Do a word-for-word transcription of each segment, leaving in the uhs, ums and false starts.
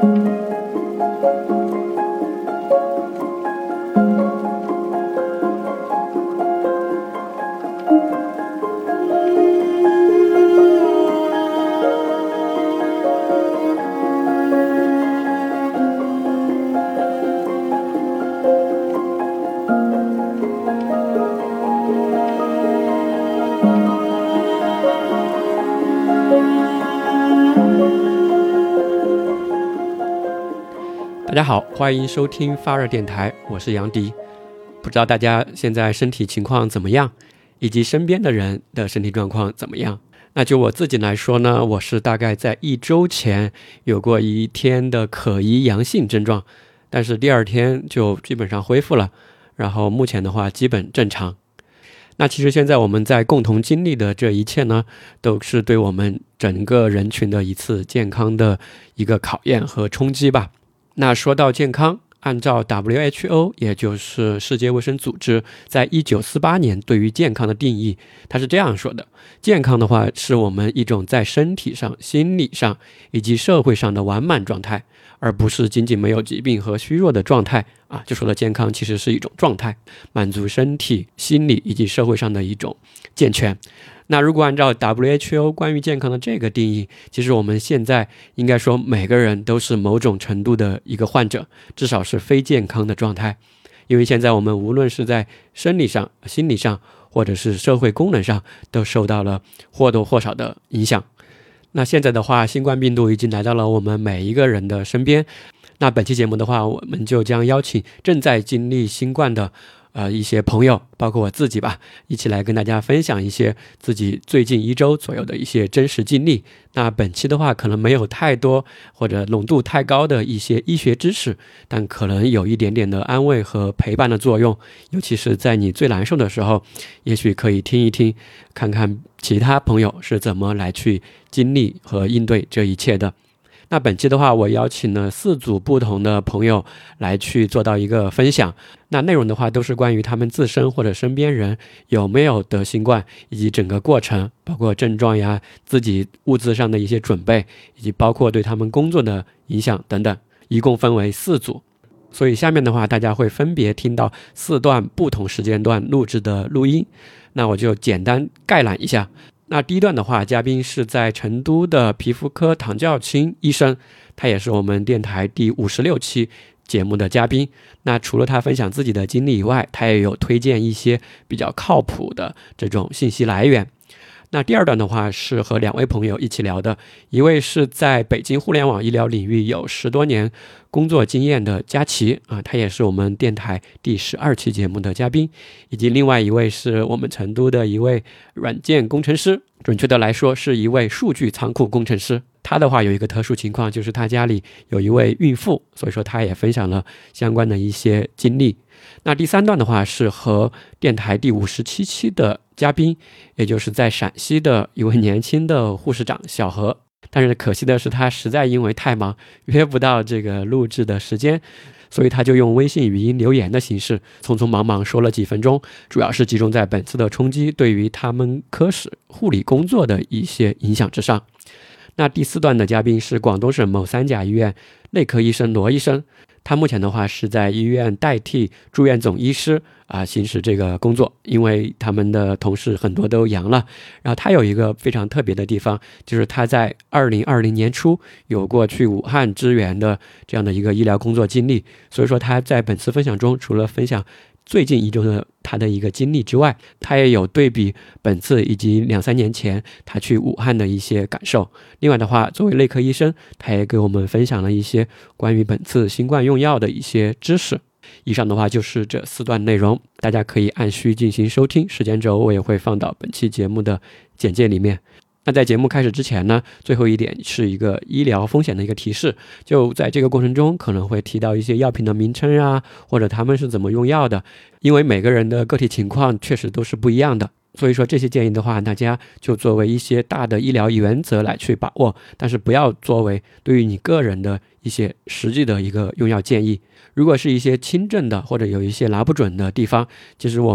大家好，欢迎收听发热电台，我是杨迪。不知道大家现在身体情况怎么样，以及身边的人的身体状况怎么样？那就我自己来说呢，我是大概在一周前有过一天的可疑阳性症状，但是第二天就基本上恢复了，然后目前的话基本正常。那其实现在我们在共同经历的这一切呢，都是对我们整个人群的一次健康的一个考验和冲击吧。那说到健康，按照 W H O 也就是世界卫生组织在一九四八年对于健康的定义，它是这样说的：健康的话是我们一种在身体上、心理上以及社会上的完满状态，而不是仅仅没有疾病和虚弱的状态啊。就说了健康其实是一种状态，满足身体、心理以及社会上的一种健全。那如果按照 W H O 关于健康的这个定义，其实我们现在应该说每个人都是某种程度的一个患者，至少是非健康的状态。因为现在我们无论是在生理上、心理上或者是社会功能上都受到了或多或少的影响。那现在的话，新冠病毒已经来到了我们每一个人的身边。那本期节目的话，我们就将邀请正在经历新冠的呃，一些朋友，包括我自己吧，一起来跟大家分享一些自己最近一周左右的一些真实经历。那本期的话，可能没有太多或者浓度太高的一些医学知识，但可能有一点点的安慰和陪伴的作用。尤其是在你最难受的时候，也许可以听一听，看看其他朋友是怎么来去经历和应对这一切的。那本期的话，我邀请了四组不同的朋友来去做到一个分享。那内容的话，都是关于他们自身或者身边人有没有得新冠，以及整个过程，包括症状呀、自己物资上的一些准备，以及包括对他们工作的影响等等。一共分为四组，所以下面的话，大家会分别听到四段不同时间段录制的录音。那我就简单概览一下。那第一段的话，嘉宾是在成都的皮肤科唐教清医生，他也是我们电台第五十六期节目的嘉宾。那除了他分享自己的经历以外，他也有推荐一些比较靠谱的这种信息来源。那第二段的话是和两位朋友一起聊的，一位是在北京互联网医疗领域有十多年工作经验的佳琪啊，他也是我们电台第十二期节目的嘉宾，以及另外一位是我们成都的一位软件工程师，准确的来说是一位数据仓库工程师。他的话有一个特殊情况，就是他家里有一位孕妇，所以说他也分享了相关的一些经历。那第三段的话是和电台第五十七期的嘉宾，也就是在陕西的一位年轻的护士长小何，但是可惜的是他实在因为太忙，约不到这个录制的时间，所以他就用微信语音留言的形式匆匆忙忙说了几分钟，主要是集中在本次的冲击对于他们科室护理工作的一些影响之上。那第四段的嘉宾是广东省某三甲医院内科医生罗医生，他目前的话是在医院代替住院总医师啊行使这个工作，因为他们的同事很多都阳了。然后他有一个非常特别的地方，就是他在二零二零年初有过去武汉支援的这样的一个医疗工作经历，所以说他在本次分享中，除了分享最近一周的他的一个经历之外，他也有对比本次以及两三年前他去武汉的一些感受。另外的话，作为内科医生，他也给我们分享了一些关于本次新冠用药的一些知识。以上的话就是这四段内容，大家可以按需进行收听，时间轴我也会放到本期节目的简介里面。那在节目开始之前呢，最后一点是一个医疗风险的一个提示，就在这个过程中可能会提到一些药品的名称啊，或者他们是怎么用药的，因为每个人的个体情况确实都是不一样的，所以说这些建议的话，大家就作为一些大的医疗原则来去把握，但是不要作为对于你个人的一些实际的一个用药建议。如果是一些轻症的或者有一些拿不准的地方，其实我们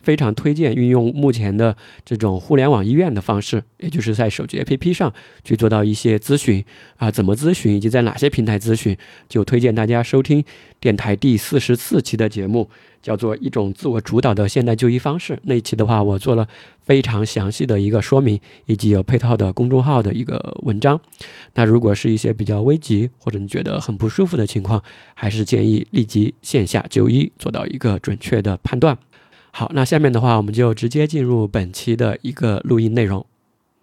非常推荐运用目前的这种互联网医院的方式，也就是在手机 A P P 上去做到一些咨询啊，怎么咨询以及在哪些平台咨询，就推荐大家收听电台第四十四期的节目，叫做一种自我主导的现代就医方式。那一期的话，我做了非常详细的一个说明，以及有配套的公众号的一个文章。那如果是一些比较危急或者你觉得很不舒服的情况，还是建议立即线下就医，做到一个准确的判断。好，那下面的话我们就直接进入本期的一个录音内容。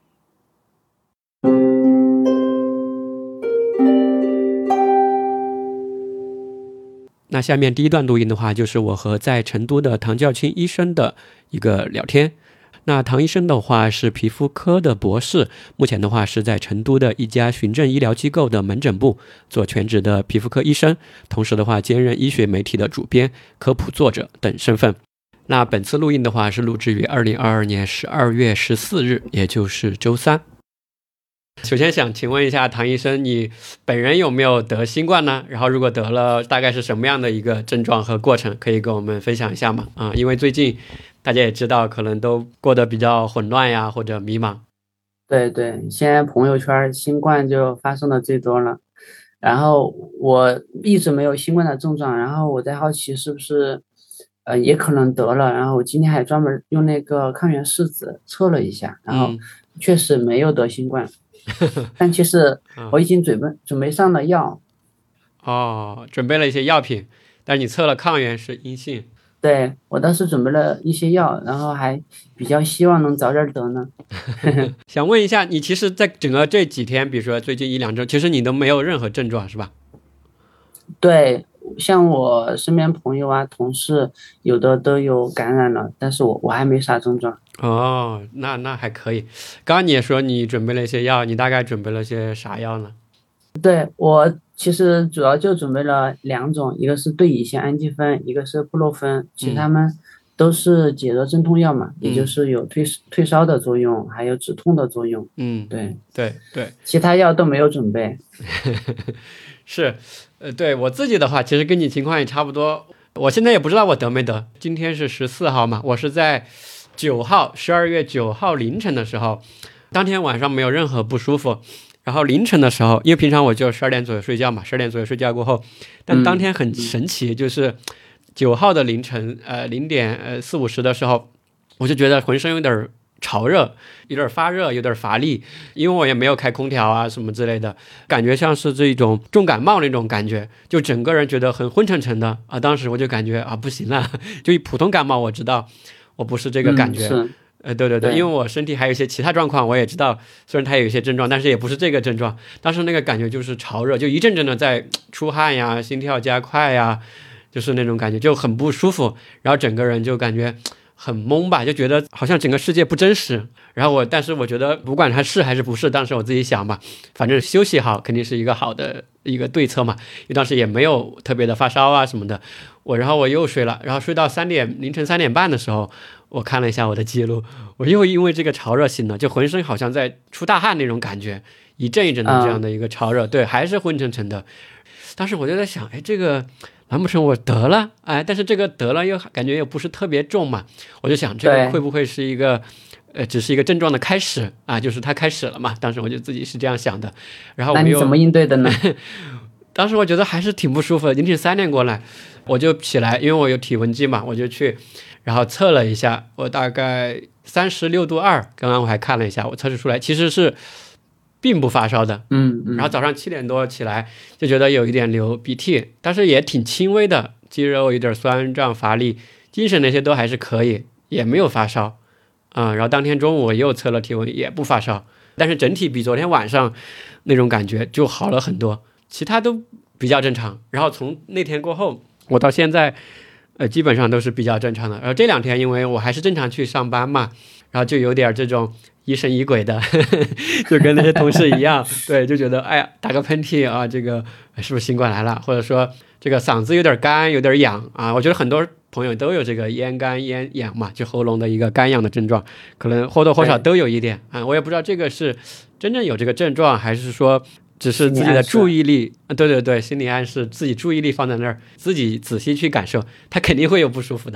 那下面第一段录音的话，就是我和在成都的唐教清医生的一个聊天。那唐医生的话是皮肤科的博士，目前的话是在成都的一家循证医疗机构的门诊部做全职的皮肤科医生，同时的话兼任医学媒体的主编、科普作者等身份。那本次录音的话是录制于二零二二年十二月十四日，也就是周三。首先想请问一下唐医生，你本人有没有得新冠呢？然后如果得了，大概是什么样的一个症状和过程，可以跟我们分享一下吗？啊、嗯，因为最近大家也知道，可能都过得比较混乱呀，或者迷茫。 对对，现在朋友圈新冠就发生的最多了。然后我一直没有新冠的症状，然后我在好奇是不是呃也可能得了。然后我今天还专门用那个抗原试纸测了一下，然后确实没有得新冠。嗯、但其实我已经准备准备上了药。 哦，准备了一些药品，但是你测了抗原是阴性。 对，我当时准备了一些药，然后还比较希望能早点得呢。 想问一下，你其实在整个这几天，比如说最近一两周，其实你都没有任何症状是吧？ 对，像我身边朋友啊、同事，有的都有感染了，但是我我还没啥症状。 哦，那那还可以。刚刚你也说你准备了一些药，你大概准备了些啥药呢？ 对，我其实主要就准备了两种，一个是对乙酰氨基酚，一个是布洛芬，其他们都是解热镇痛药嘛，嗯、也就是有退退烧的作用，还有止痛的作用。 嗯， 对对对， 其他药都没有准备。 是，呃，对我自己的话，其实跟你情况也差不多。我现在也不知道我得没得。今天是十四号嘛，我是在九号，十二月九号凌晨的时候，当天晚上没有任何不舒服。然后凌晨的时候，因为平常我就十二点左右睡觉嘛，十二点左右睡觉过后，但当天很神奇，就是九号的凌晨，呃，零点呃四五十的时候，我就觉得浑身有点潮热，有点发热，有点乏力，因为我也没有开空调啊什么之类的，感觉像是这种重感冒那种感觉，就整个人觉得很昏沉沉的啊。当时我就感觉啊不行了，就普通感冒我知道我不是这个感觉。 嗯呃，对对对，因为我身体还有一些其他状况，我也知道，虽然它有一些症状，但是也不是这个症状。当时那个感觉就是潮热，就一阵阵的在出汗呀，心跳加快呀，就是那种感觉，就很不舒服。然后整个人就感觉很懵吧，就觉得好像整个世界不真实。然后我，但是我觉得不管它是还是不是，当时我自己想吧，反正休息好肯定是一个好的一个对策嘛。因为当时也没有特别的发烧啊什么的，我然后我又睡了，然后睡到三点凌晨三点半的时候。我看了一下我的记录，我又因为这个潮热醒了，就浑身好像在出大汗那种感觉，一阵一阵的这样的一个潮热，嗯、对，还是昏沉沉的。当时我就在想，哎，这个难不成我得了？哎，但是这个得了又感觉又不是特别重嘛，我就想这个会不会是一个，呃，只是一个症状的开始啊？就是它开始了嘛。当时我就自己是这样想的。然后我又那你怎么应对的呢？ 当时我觉得还是挺不舒服的，凌晨三点过来，我就起来，因为我有体温计嘛，我就去。然后测了一下，我大概三十六度二，刚刚我还看了一下，我测试出来其实是并不发烧的， 嗯嗯。 然后早上七点多起来就觉得有一点流鼻涕，但是也挺轻微的，肌肉有点酸胀乏力，精神那些都还是可以，也没有发烧，啊、嗯，然后当天中午我又测了体温，也不发烧，但是整体比昨天晚上那种感觉就好了很多，其他都比较正常。然后从那天过后，我到现在。呃，基本上都是比较正常的。然后这两天，因为我还是正常去上班嘛，然后就有点这种疑神疑鬼的，呵呵，就跟那些同事一样，对，就觉得哎呀，打个喷嚏啊，这个是不是新冠来了？或者说这个嗓子有点干，有点痒啊。我觉得很多朋友都有这个咽干咽痒嘛，就喉咙的一个干痒的症状，可能或多或少都有一点啊。我也不知道这个是真正有这个症状，还是说。只是自己的注意力，对对对，心理暗示，自己注意力放在那儿，自己仔细去感受，他肯定会有不舒服的。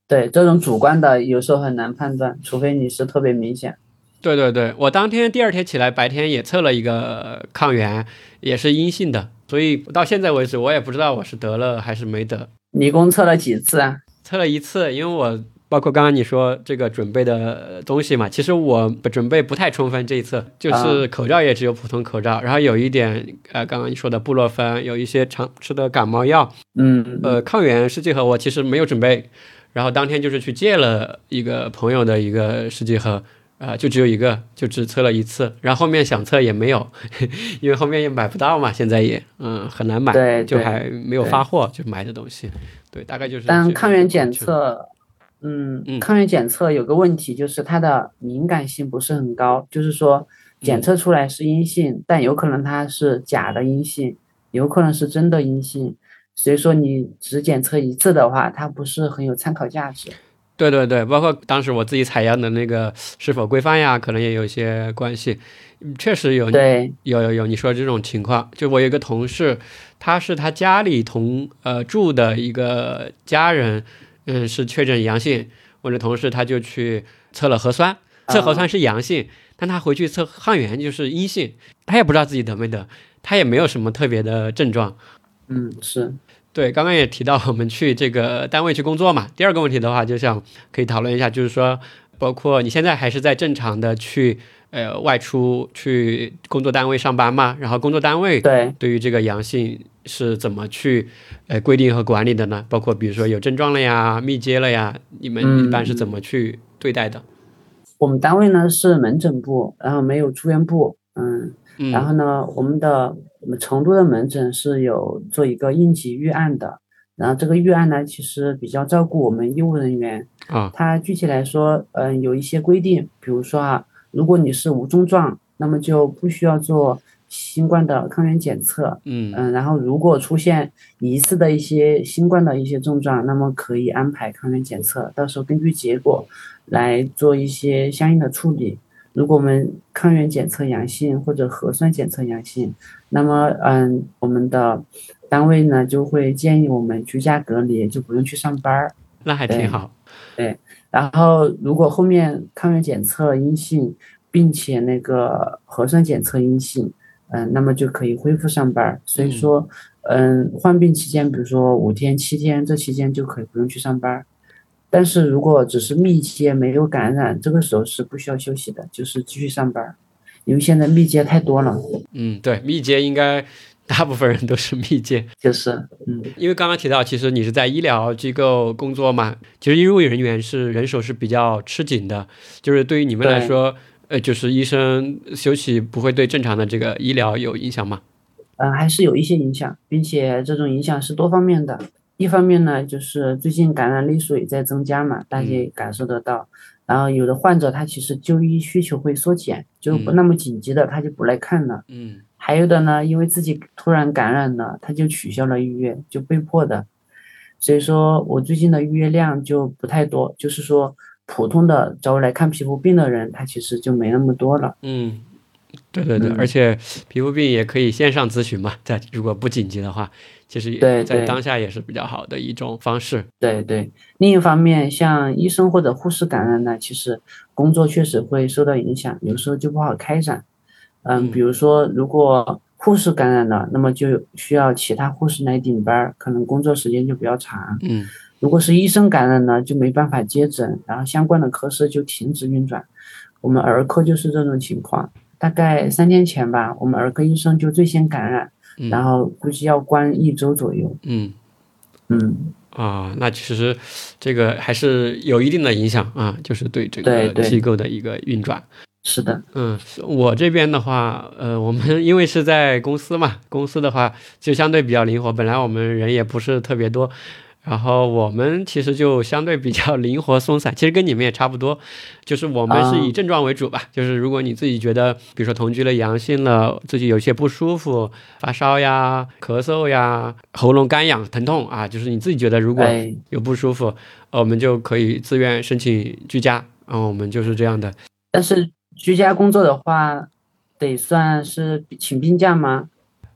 对，这种主观的有时候很难判断，除非你是特别明显。 对对对，我当天第二天起来，白天也测了一个抗原，也是阴性的，所以到现在为止，我也不知道我是得了还是没得。 你一共测了几次啊？ 测了一次，因为我包括刚刚你说这个准备的东西嘛，其实我准备不太充分这一次，就是口罩也只有普通口罩，然后有一点呃，刚刚你说的布洛芬，有一些常吃的感冒药， 嗯， 呃，抗原试剂盒我其实没有准备，然后当天就是去借了一个朋友的一个试剂盒。啊、呃就只有一个，就只测了一次，然后后面想测也没有，因为后面也买不到嘛，现在也嗯很难买， 对， 就对还没有对。 发货，就买的东西，对，大概就是但这样一个抗原检过程。 测，嗯， 嗯抗原检测有个问题，就是它的敏感性不是很高，就是说检嗯。 测出来是阴性，但有可能它是假的阴性，有可能是真的阴性，所以说你只检测一次的话，它不是很有参考价值。 对对对，包括当时我自己采样的那个是否规范呀，可能也有一些关系。嗯确实有， 对， 有有有你说的这种情况。就我有一个同事，他是他家里同呃住的一个家人，嗯，是确诊阳性。我的同事他就去测了核酸，测核啊， 酸是阳性，但他回去测抗原就是阴性，他也不知道自己得没得，他也没有什么特别的症状。 嗯，是， 对，刚刚也提到我们去这个单位去工作嘛。第二个问题的话，就想可以讨论一下，就是说，包括你现在还是在正常的去呃外出去工作单位上班嘛？然后工作单位对。 对于这个阳性是怎么去呃规定和管理的呢？包括比如说有症状了呀、密接了呀，你们一般是怎嗯嗯。 么去对待的？ 我们单位呢是门诊部，然后没有住院部，嗯，然嗯后呢，我们的我们成都的门诊是有做一个应急预案的，然后这个预案呢，其实比较照顾我们医务人员。 啊它具体来说，嗯，有一些规定，比如说啊，如果你是无症状，那么就不需要做新冠的抗原检测， 嗯嗯，然后如果出现疑似的一些新冠的一些症状，那么可以安排抗原检测，到时候根据结果来做一些相应的处理。如果我们抗原检测阳性或者核酸检测阳性，那么嗯，我们的单位呢就会建议我们居家隔离，就不用去上班儿。 那还挺对好。 对，然后如果后面抗原检测阴性，并且那个核酸检测阴性，嗯，那么就可以恢复上班儿。所以嗯。 说，嗯，患病期间，比如说五天、七天，这期间就可以不用去上班儿。但是如果只是密接没有感染，这个时候是不需要休息的，就是继续上班儿，因为现在密接太多了。 嗯，对，密接应该大部分人都是密接。 就是，嗯， 因为刚刚提到，其实你是在医疗机构工作嘛，其实医务人员是人手是比较吃紧的，就是对于你们来对， 说，呃，就是医生休息不会对正常的这个医疗有影响吗？ 嗯，还是有一些影响，并且这种影响是多方面的。一方面呢，就是最近感染例数也在增加嘛，大家嗯也感受得到。然后有的患者他其实就医需求会缩减，就不嗯那么紧急的他就不来看了。 嗯还有的呢，因为自己突然感染了，他就取消了预约，就被迫的。所以说我最近的预约量就不太多，就是说普通的找我来看皮肤病的人，他其实就没那么多了。 嗯，对对对，而嗯， 且皮肤病也可以线上咨询嘛，在如果不紧急的话，其实也对对。 在当下也是比较好的一种方式。 对对，另一方面，像医生或者护士感染呢，其实工作确实会受到影响，有时候就不好开展。嗯，比嗯如说，如果护士感染了，那么就需要其他护士来顶班儿，可能工作时间就比较长。 嗯如果是医生感染呢，就没办法接诊，然后相关的科室就停止运转。我们儿科就是这种情况，大概三天前吧，我们儿科医生就最先感染，然嗯后估计要关一周左右。 嗯。 嗯， 啊，那其实这个还是有一定的影响啊，就是对这个机对对， 构的一个运转。 是的。 嗯，我这边的话，呃，我们因为是在公司嘛，公司的话就相对比较灵活，本来我们人也不是特别多，然后我们其实就相对比较灵活松散，其实跟你们也差不多，就是我们是以啊， 症状为主吧，就是如果你自己觉得，比如说同居了阳性了，自己有些不舒服，发烧呀、咳嗽呀、喉咙干痒、疼痛啊，就是你自己觉得如果哎， 有不舒服，呃我们就可以自愿申请居家，然后我们就是这样的。 但是居家工作的话，得算是请病假吗？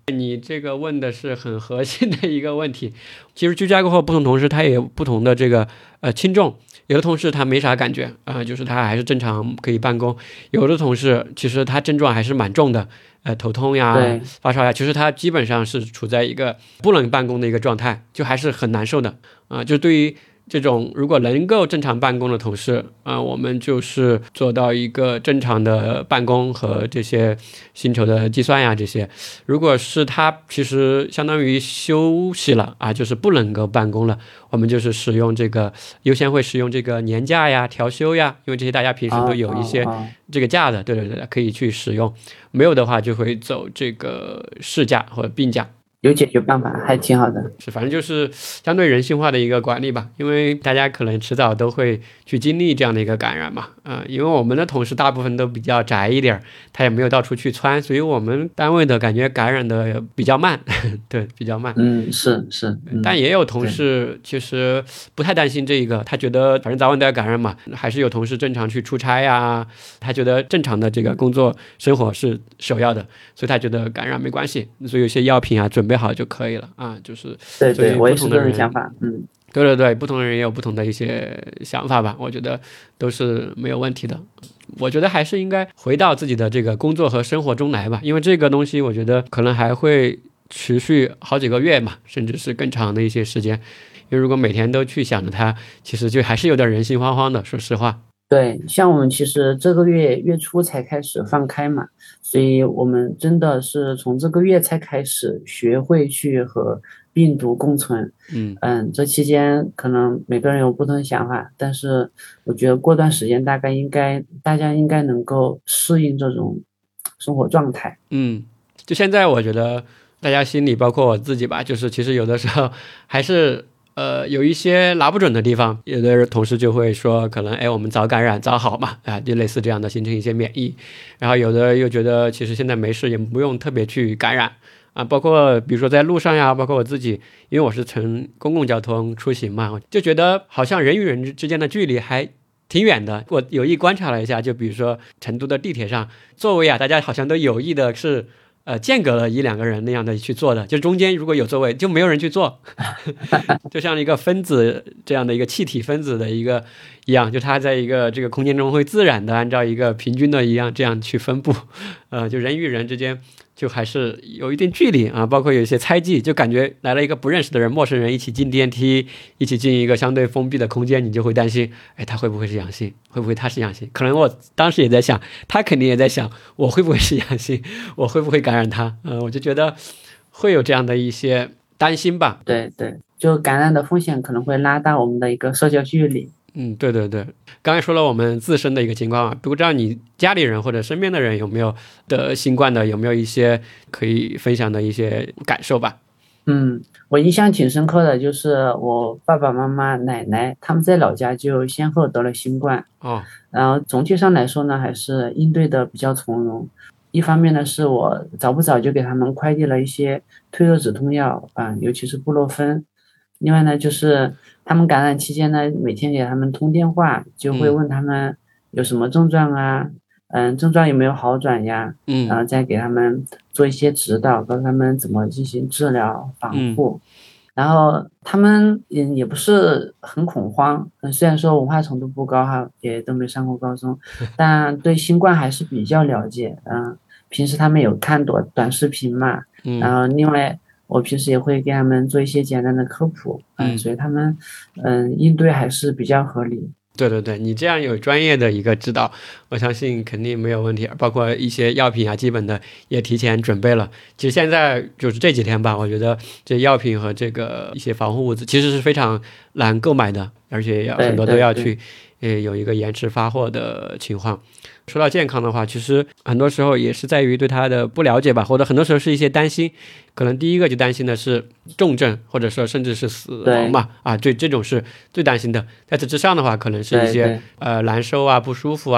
你这个问的是很核心的一个问题。其实居家过后，不同同事他也有不同的这个呃轻重。有的同事他没啥感觉啊、呃，就是他还是正常可以办公。有的同事其实他症状还是蛮重的，呃，头痛呀、发烧呀，其实他基本上是处在一个不能办公的一个状态，就还是很难受的啊、呃。就对于这种如果能够正常办公的同事啊、呃，我们就是做到一个正常的办公和这些薪酬的计算呀这些。如果是他其实相当于休息了啊，就是不能够办公了，我们就是使用这个优先会使用这个年假呀、调休呀，因为这些大家平时都有一些这个假的，对对对，可以去使用。没有的话就会走这个事假或者病假。 有解决办法，还挺好的。 是，反正就是相对人性化的一个管理吧，因为大家可能迟早都会去经历这样的一个感染嘛，啊、呃，因为我们的同事大部分都比较宅一点，他也没有到处去窜，所以我们单位的感觉感染的比较慢，对，比较慢。 嗯，是是、嗯， 但也有同事其实不太担心这个，他觉得反正早晚都要感染嘛，还是有同事正常去出差呀，他觉得正常的这个工作生活是首要的，所以他觉得感染没关系，所以有些药品啊准备好就可以了啊，就是对对，我也是这种想法，嗯， 对对对，不同的人也有不同的一些想法吧，我觉得都是没有问题的。我觉得还是应该回到自己的这个工作和生活中来吧，因为这个东西我觉得可能还会持续好几个月嘛，甚至是更长的一些时间。因为如果每天都去想着它，其实就还是有点人心惶惶的，说实话。 对，像我们其实这个月月初才开始放开嘛，所以我们真的是从这个月才开始学会去和病毒共存。 嗯嗯，这期间可能每个人有不同的想法，但是我觉得过段时间大概应该大家应该能够适应这种生活状态。 嗯，就现在我觉得大家心里，包括我自己吧，就是其实有的时候还是。呃，有一些拿不准的地方，有的同事就会说，可能哎，我们早感染早好嘛，啊，就类似这样的形成一些免疫。然后有的又觉得，其实现在没事，也不用特别去感染啊。包括比如说在路上呀，包括我自己，因为我是乘公共交通出行嘛，就觉得好像人与人之间的距离还挺远的。我有意观察了一下，就比如说成都的地铁上座位啊，大家好像都有意的是。呃，间隔了一两个人那样的去做的，就中间如果有座位，就没有人去坐，就像一个分子这样的一个气体分子的一个一样，就它在一个这个空间中会自然的按照一个平均的一样这样去分布，呃，就人与人之间就还是有一定距离啊，包括有一些猜忌，就感觉来了一个不认识的人，陌生人一起进电梯，一起进一个相对封闭的空间，你就会担心，哎，他会不会是阳性？会不会他是阳性？可能我当时也在想，他肯定也在想，我会不会是阳性？我会不会感染他？嗯、呃，我就觉得会有这样的一些担心吧。 对对，就感染的风险可能会拉大我们的一个社交距离。 嗯，对对对，刚才说了我们自身的一个情况啊，不知道你家里人或者身边的人有没有得新冠的，有没有一些可以分享的一些感受吧？ 嗯，我印象挺深刻的，就是我爸爸妈妈、奶奶他们在老家就先后得了新冠。 哦， 然后总体上来说呢，还是应对的比较从容。一方面呢，是我早不早就给他们快递了一些退热止痛药啊，尤其是布洛芬。另外呢，就是他们感染期间呢，每天给他们通电话，就会问他们有什么症状啊，嗯，症状有没有好转呀， 嗯， 然后再给他们做一些指导，告诉他们怎么进行治疗防护。嗯，然后他们也也不是很恐慌，虽然说文化程度不高哈，也都没上过高中，但对新冠还是比较了解。嗯，平时他们有看短短视频嘛，然后另外我平时也会给他们做一些简单的科普，嗯，所以他们嗯应对还是比较合理。 对对对，你这样有专业的一个指导，我相信肯定没有问题。包括一些药品啊，基本的也提前准备了。其实现在就是这几天吧，我觉得这药品和这个一些防护物资其实是非常难购买的，而且要很多都要去呃有一个延迟发货的情况。说到健康的话，其实很多时候也是在于对它的不了解吧，或者很多时候是一些担心。可能第一个就担心的是重症，或者说甚至是死亡嘛，啊，这这种是最担心的。在此之上的话，可能是一些呃难受啊、不舒服啊，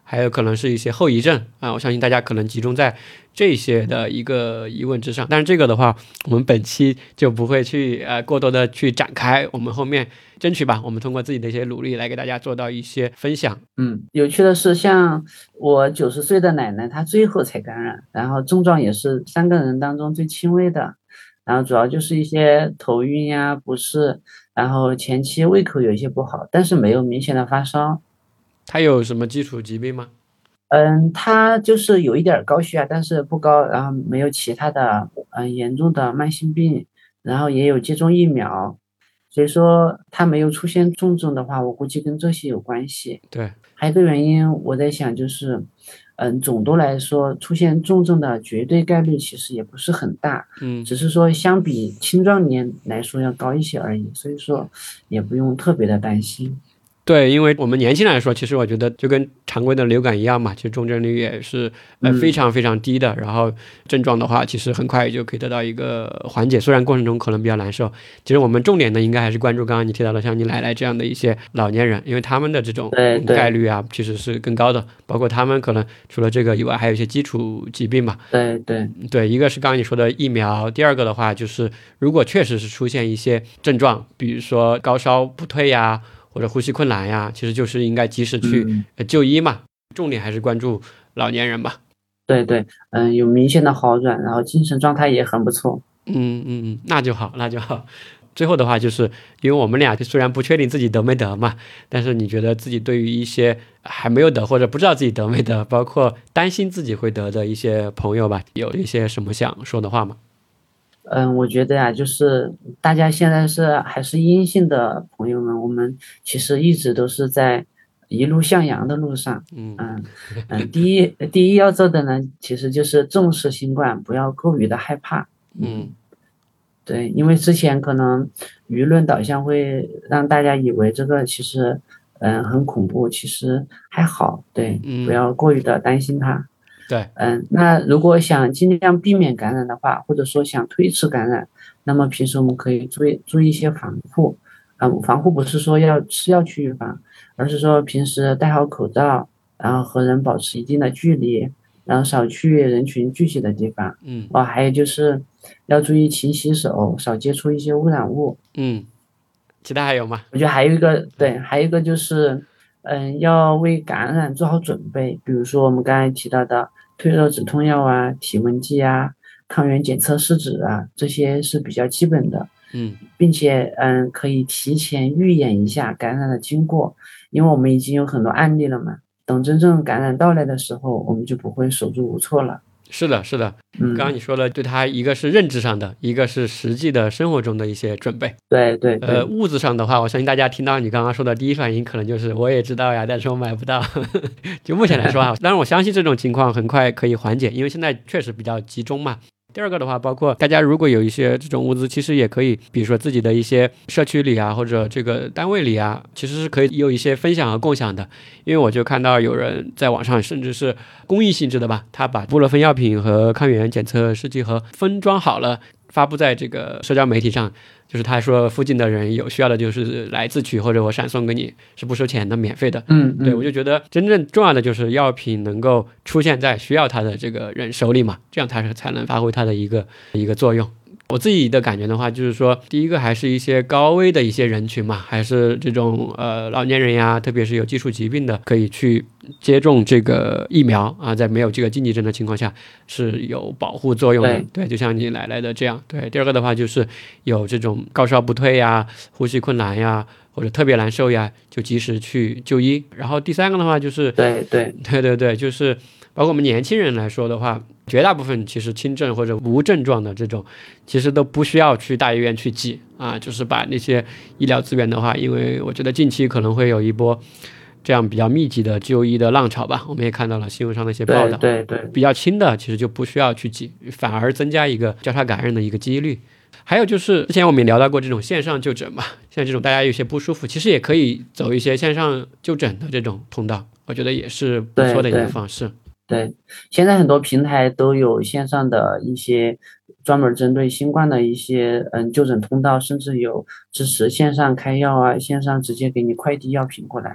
还有可能是一些后遗症啊，我相信大家可能集中在这些的一个疑问之上。但是这个的话，我们本期就不会去呃过多的去展开，我们后面争取吧，我们通过自己的一些努力来给大家做到一些分享。 嗯，有趣的是，像我九十岁的奶奶，她最后才感染，然后症状也是三个人当中最轻微的，然后主要就是一些头晕呀、不适，然后前期胃口有一些不好，但是没有明显的发烧。 他有什么基础疾病吗？ 嗯，他就是有一点儿高血压，但是不高，然后没有其他的嗯严重的慢性病，然后也有接种疫苗，所以说他没有出现重症的话，我估计跟这些有关系。 对， 还有一个原因，我在想就是，嗯，总的来说，出现重症的绝对概率其实也不是很大， 嗯。 只是说相比青壮年来说要高一些而已，所以说也不用特别的担心。 对，因为我们年轻人来说，其实我觉得就跟常规的流感一样嘛，其实重症率也是呃非嗯， 常非常低的。然后症状的话，其实很快就可以得到一个缓解，虽然过程中可能比较难受。其实我们重点呢，应该还是关注刚刚你提到的像你奶奶这样的一些老年人，因为他们的这种对对概率啊，其实是更高的。包括他们可能除了这个以外，还有一些基础疾病嘛。 对对。 对，一个是刚刚你说的疫苗，第二个的话就是如果确实是出现一些症状，比如说高烧不退呀。或者呼吸困难呀，其实就是应该及时去嗯， 呃就医嘛。重点还是关注老年人吧。 对对，嗯，有明显的好转，然后精神状态也很不错。 嗯嗯嗯，那就好，那就好。最后的话，就是因为我们俩虽然不确定自己得没得嘛，但是你觉得自己对于一些还没有得或者不知道自己得没得，包括担心自己会得的一些朋友吧，有一些什么想说的话吗？ 嗯，我觉得呀，就是大家现在是还是阴性的朋友们，我们其实一直都是在一路向阳的路上。 嗯嗯嗯，第一第一要做的呢，其实就是重视新冠，不要过于的害怕。 嗯嗯，对，因为之前可能舆论导向会让大家以为这个其实嗯很恐怖，其实还好。对，不嗯， 要过于的担心它。 对， 嗯，那如果想尽量避免感染的话，或者说想推迟感染，那么平时我们可以注意注意一些防护。嗯，防护不是说要吃药去预防，而是说平时戴好口罩，然后和人保持一定的距离，然后少去人群聚集的地方。 嗯哦，还有就是要注意勤洗手，少接触一些污染物。 嗯，其他还有吗？ 我觉得还有一个，对，还有一个就是，嗯，要为感染做好准备。比如说我们刚才提到的退热止痛药啊、体温计啊、抗原检测试纸啊，这些是比较基本的， 嗯。 并且嗯，可以提前预演一下感染的经过，因为我们已经有很多案例了嘛。等真正感染到来的时候，我们就不会手足无措了。 是的，是的，刚刚嗯， 你说了，对他一个是认知上的，一个是实际的生活中的一些准备。 对对呃， 对。 物质上的话，我相信大家听到你刚刚说的第一反应可能就是我也知道呀，但是我买不到。就目前来说啊，当然我相信这种情况很快可以缓解，因为现在确实比较集中嘛。第二个的话，包括大家如果有一些这种物资，其实也可以，比如说自己的一些社区里啊，或者这个单位里啊，其实是可以有一些分享和共享的。因为我就看到有人在网上，甚至是公益性质的吧，他把布洛芬药品和抗原检测试剂盒分装好了，发布在这个社交媒体上。就是他说附近的人有需要的，就是来自取，或者我闪送给你，是不收钱的，免费的。对，我嗯嗯。 就觉得真正重要的就是药品能够出现在需要它的这个人手里嘛，这样它是才能发挥它的一个一个作用。我自己的感觉的话，就是说，第一个还是一些高危的一些人群嘛，还是这种呃老年人呀，特别是有基础疾病的，可以去接种这个疫苗啊，在没有这个禁忌症的情况下是有保护作用的。 对对，就像你奶奶的这样。对，第二个的话就是有这种高烧不退呀、呼吸困难呀，或者特别难受呀，就及时去就医。然后第三个的话就是， 对对。 对对对，就是包括我们年轻人来说的话，绝大部分其实轻症或者无症状的这种，其实都不需要去大医院去挤啊，就是把那些医疗资源的话，因为我觉得近期可能会有一波这样比较密集的就医的浪潮吧，我们也看到了新闻上的一些报对道， 对对。 比较轻的其实就不需要去挤，反而增加一个交叉感染的一个几率。还有就是之前我们也聊到过这种线上就诊嘛，像这种大家有些不舒服，其实也可以走一些线上就诊的这种通道，我觉得也是不错的一个对对方式。 对，现在很多平台都有线上的一些专门针对新冠的一些嗯就诊通道，甚至有支持线上开药啊，线上直接给你快递药品过来。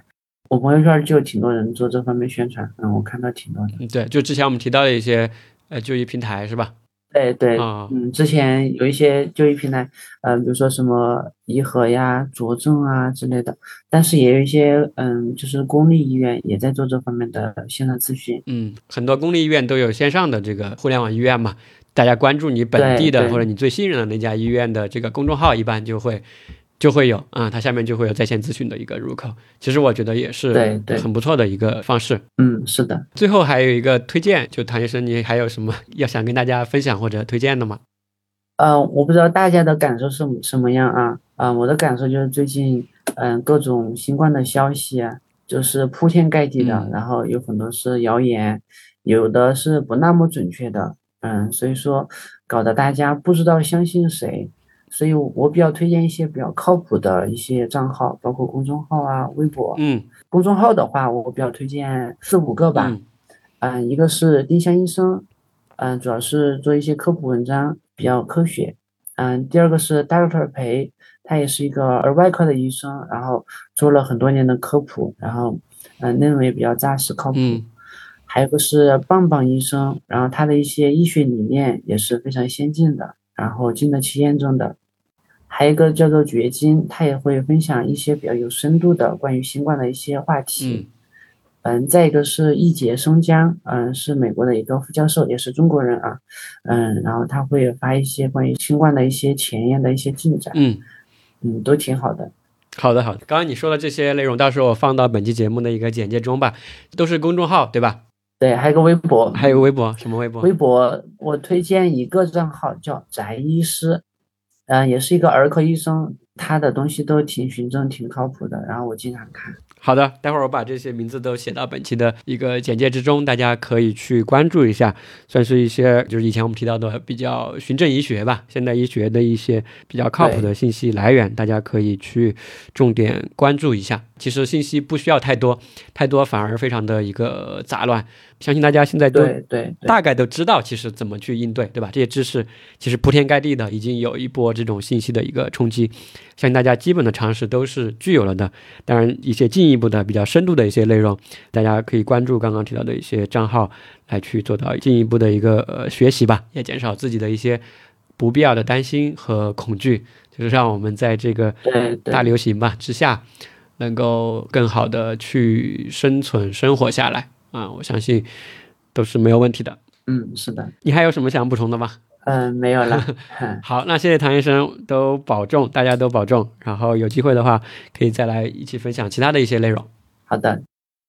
我朋友圈就有挺多人做这方面宣传，嗯，我看到挺多的。 嗯，对，就之前我们提到的一些呃就医平台是吧？ 对对， 啊、 嗯，之前有一些就医平台，嗯、比如说什么颐和呀、佐证啊之类的，但是也有一些，嗯，就是公立医院也在做这方面的线上咨询。 嗯，很多公立医院都有线上的这个互联网医院嘛，大家关注你本地的或者对对你最信任的那家医院的这个公众号，一般就会就会有啊、它下面就会有在线咨询的一个入口。其实我觉得也是对对， 很不错的一个方式。 嗯，是的。 最后还有一个推荐，就唐医生，你还有什么要想跟大家分享或者推荐的吗？ 呃，我不知道大家的感受是什么样啊？啊、我的感受就是最近，嗯、各种新冠的消息啊，就是铺天盖地的， 嗯然后有很多是谣言，有的是不那么准确的，嗯，所以说搞得大家不知道相信谁，所以我比较推荐一些比较靠谱的一些账号，包括公众号啊、微博。 嗯公众号的话，我比较推荐四五个吧， 嗯嗯，一个是丁香医生，嗯，主要是做一些科普文章，比较科学。嗯，第二个是 doctor 裴，他也是一个儿外科的医生，然后做了很多年的科普，然后嗯，内容也比较扎实靠谱。 嗯还有个是棒棒医生，然后他的一些医学理念也是非常先进的，然后经得起验证的。还有一个叫做掘金，他也会分享一些比较有深度的关于新冠的一些话题。 嗯嗯，再一个是易杰生姜，嗯，是美国的一个副教授，也是中国人啊，嗯，然后他会发一些关于新冠的一些前沿的一些进展， 嗯， 嗯，都挺好的。 好的好的。刚刚你说的这些内容，到时候我放到本期节目的一个简介中吧，都是公众号对吧？ 对，还有个微博， 还有微博，什么微博？ 微博我推荐一个账号叫翟医师，嗯，也是一个儿科医生，他的东西都挺循证、挺靠谱的，然后我经常看。 好的，待会儿我把这些名字都写到本期的一个简介之中，大家可以去关注一下，算是一些就是以前我们提到的比较循证医学吧，现代医学的一些比较靠谱的信息来源，大家可以去重点关注一下。其实信息不需要太多，太多反而非常的一个杂乱。相信大家现在都对对对， 大概都知道，其实怎么去应对，对吧？这些知识其实铺天盖地的，已经有一波这种信息的一个冲击，相信大家基本的常识都是具有了的。当然，一些进一步的、比较深度的一些内容，大家可以关注刚刚提到的一些账号，来去做到进一步的一个呃学习吧，也减少自己的一些不必要的担心和恐惧，就是让我们在这个对对大流行吧之下，能够更好的去生存、生活下来啊！我相信都是没有问题的。 嗯，是的， 你还有什么想补充的吗？ 嗯，没有了， 好，那谢谢唐医生，都保重，大家都保重。然后有机会的话，可以再来一起分享其他的一些内容。 好的。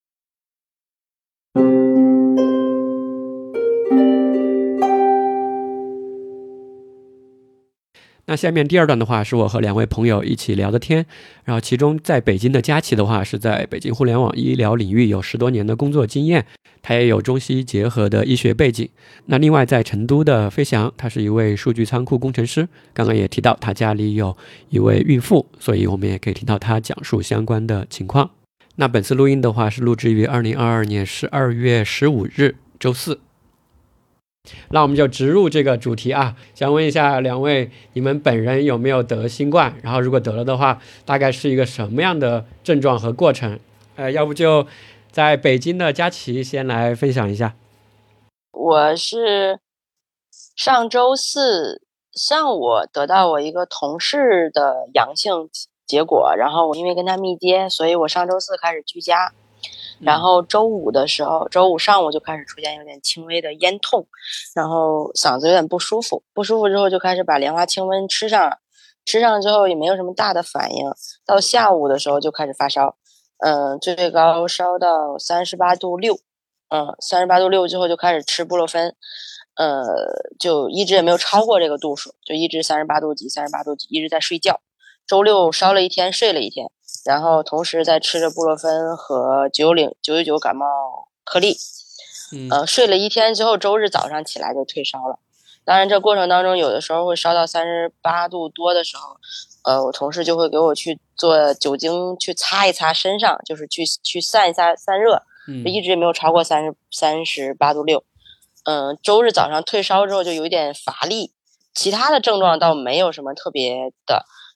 那下面第二段的话，是我和两位朋友一起聊的天。然后其中在北京的佳琪的话，是在北京互联网医疗领域有十多年的工作经验，他也有中西结合的医学背景。那另外在成都的飞翔，他是一位数据仓库工程师，刚刚也提到他家里有一位孕妇，所以我们也可以听到他讲述相关的情况。那本次录音的话是录制于二零二二年十二月十五日周四。那我们就直入这个主题啊，想问一下两位，你们本人有没有得新冠？然后如果得了的话，大概是一个什么样的症状和过程？呃，要不就在北京的佳琪先来分享一下。 我是上周四上午得到我一个同事的阳性结果，然后我因为跟他密接，所以我上周四开始居家。然后周五的时候，周五上午就开始出现有点轻微的咽痛，然后嗓子有点不舒服，不舒服之后就开始把莲花清瘟吃上了，吃上之后也没有什么大的反应，到下午的时候就开始发烧，嗯，最高烧到三十八度六，嗯，三十八度六之后就开始吃布洛芬，呃，就一直也没有超过这个度数，就一直三十八度几，三十八度几，一直在睡觉。周六烧了一天，睡了一天。然后同时在吃着布洛芬和九九零九九九感冒颗粒， 嗯， 呃，睡了一天之后，周日早上起来就退烧了。当然，这过程当中有的时候会烧到三十八度多的时候，呃，我同事就会给我去做酒精去擦一擦身上，就是去去散一下散热， 嗯， 就一直也没有超过三十三十八度六。嗯，周日早上退烧之后就有一点乏力，其他的症状倒没有什么特别的。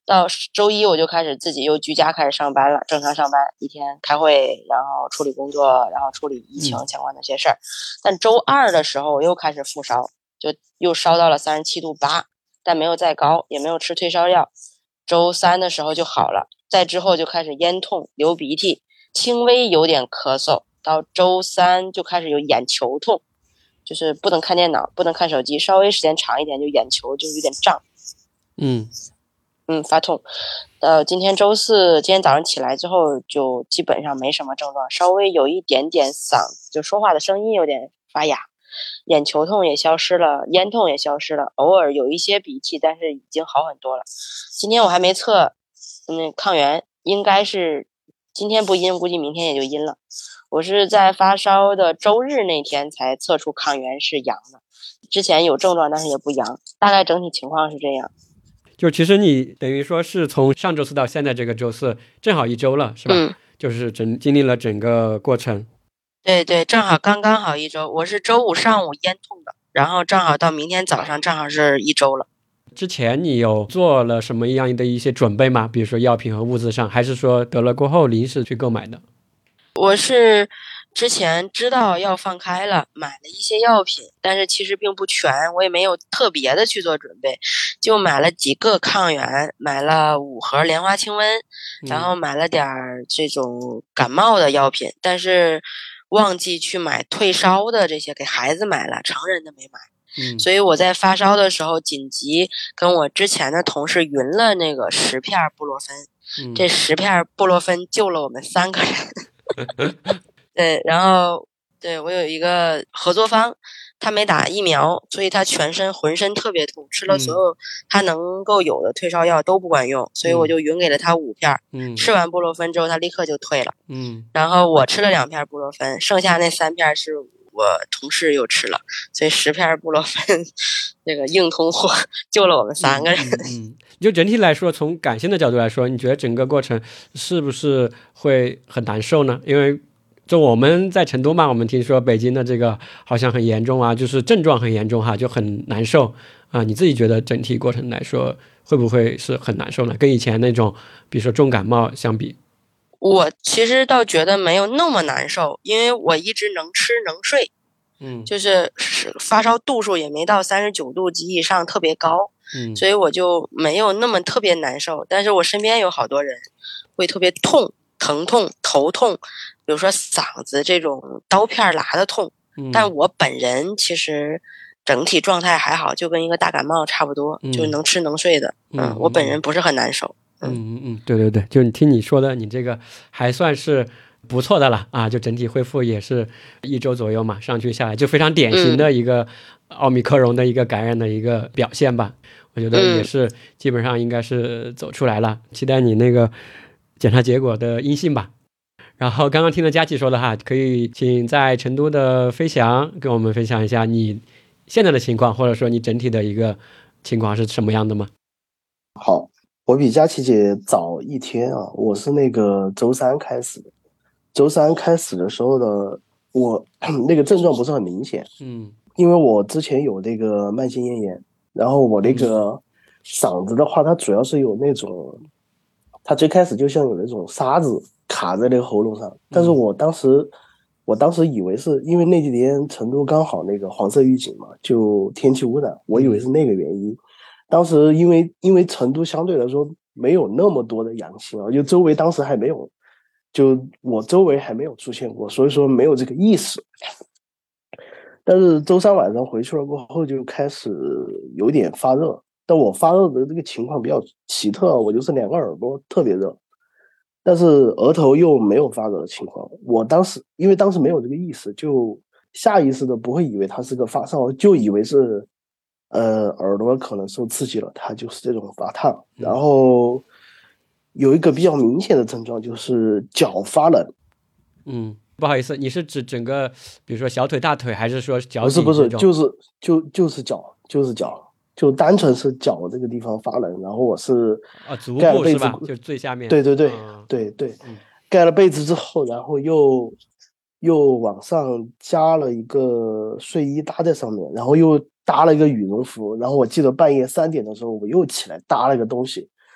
到周一我就开始自己又居家开始上班了，正常上班，一天开会，然后处理工作，然后处理疫情相关的一些事儿。但周二的时候我又开始复烧，就又烧到了三十七度八，但没有再高，也没有吃退烧药。周三的时候就好了，再之后就开始咽痛、流鼻涕，轻微有点咳嗽，到周三就开始有眼球痛，就是不能看电脑，不能看手机，稍微时间长一点就眼球就有点胀， 嗯嗯，发痛。呃，今天周四，今天早上起来之后就基本上没什么症状，稍微有一点点嗓子，就说话的声音有点发哑，眼球痛也消失了，咽痛也消失了，偶尔有一些鼻涕，但是已经好很多了。今天我还没测，嗯，抗原应该是今天不阴，估计明天也就阴了。我是在发烧的周日那天才测出抗原是阳的，之前有症状但是也不阳，大概整体情况是这样。 就其实你等于说是从上周四到现在这个周四正好一周了是吧？ 嗯， 就是整经历了整个过程。 对对，正好刚刚好一周。我是周五上午咽痛的，然后正好到明天早上正好是一周了。 之前你有做了什么样的一些准备吗？比如说药品和物资上，还是说得了过后临时去购买的？ 我是之前知道要放开了，买了一些药品，但是其实并不全，我也没有特别的去做准备，就买了几个抗原，买了五盒莲花清瘟，然后买了点这种感冒的药品，但是忘记去买退烧的这些，给孩子买了，成人的没买。 嗯， 所以我在发烧的时候紧急跟我之前的同事匀了那个十片布洛芬， 嗯、 这十片布洛芬救了我们三个人。对，然后对我有一个合作方，他没打疫苗，所以他全身浑身特别痛，吃了所有他能够有的退烧药都不管用，所以我就匀给了他五片。嗯，吃完布洛芬之后他立刻就退了。嗯，然后我吃了两片布洛芬，剩下那三片是我同事又吃了，所以十片布洛芬那个硬通货救了我们三个人。 嗯嗯嗯，就整体来说，从感性的角度来说，你觉得整个过程是不是会很难受呢？因为就我们在成都嘛，我们听说北京的这个好像很严重啊，就是症状很严重哈，就很难受啊。你自己觉得整体过程来说，会不会是很难受呢？跟以前那种比如说重感冒相比？ 我其实倒觉得没有那么难受，因为我一直能吃能睡， 嗯， 就是发烧度数也没到三十九度及以上特别高，嗯，所以我就没有那么特别难受。但是我身边有好多人会特别痛、疼痛、头痛，比如说嗓子这种刀片拉的痛，嗯，但我本人其实整体状态还好，就跟一个大感冒差不多，嗯，就能吃能睡的，嗯，嗯我本人不是很难受。 嗯嗯嗯，对对对，就你听你说的，你这个还算是不错的了啊，就整体恢复也是一周左右嘛，上去下来就非常典型的一个奥密克戎的一个感染的一个表现吧。我觉得也是基本上应该是走出来了，期待你那个检查结果的阴性吧。然后刚刚听了佳琪说的哈，可以请在成都的飞翔跟我们分享一下你现在的情况，或者说你整体的一个情况是什么样的吗？ 好，我比佳琪姐早一天啊，我是那个周三开始的。周三开始的时候呢，我那个症状不是很明显，嗯，因为我之前有那个慢性咽炎，然后我那个嗓子的话，它主要是有那种，它最开始就像有那种沙子卡在那个喉咙上，但是我当时，我当时以为是因为那几天成都刚好那个黄色预警嘛，就天气污染，我以为是那个原因。当时因为因为成都相对来说没有那么多的阳性啊，就周围当时还没有，就我周围还没有出现过，所以说没有这个意识。但是周三晚上回去了过后就开始有点发热，但我发热的这个情况比较奇特，我就是两个耳朵特别热，但是额头又没有发热的情况。我当时因为当时没有这个意识，就下意识的不会以为它是个发烧，就以为是呃耳朵可能受刺激了，它就是这种发烫。然后有一个比较明显的症状就是脚发冷。 嗯，不好意思，你是指整个比如说小腿大腿，还是说脚底？ 不是不是，就是就就是脚就是脚就单纯是脚这个地方发冷。然后我是啊，足部是吧？就最下面。 对对对、嗯、对对、嗯、盖了被子之后，然后又又往上加了一个睡衣搭在上面，然后又搭了一个羽绒服。然后我记得半夜三点的时候我又起来搭了一个东西，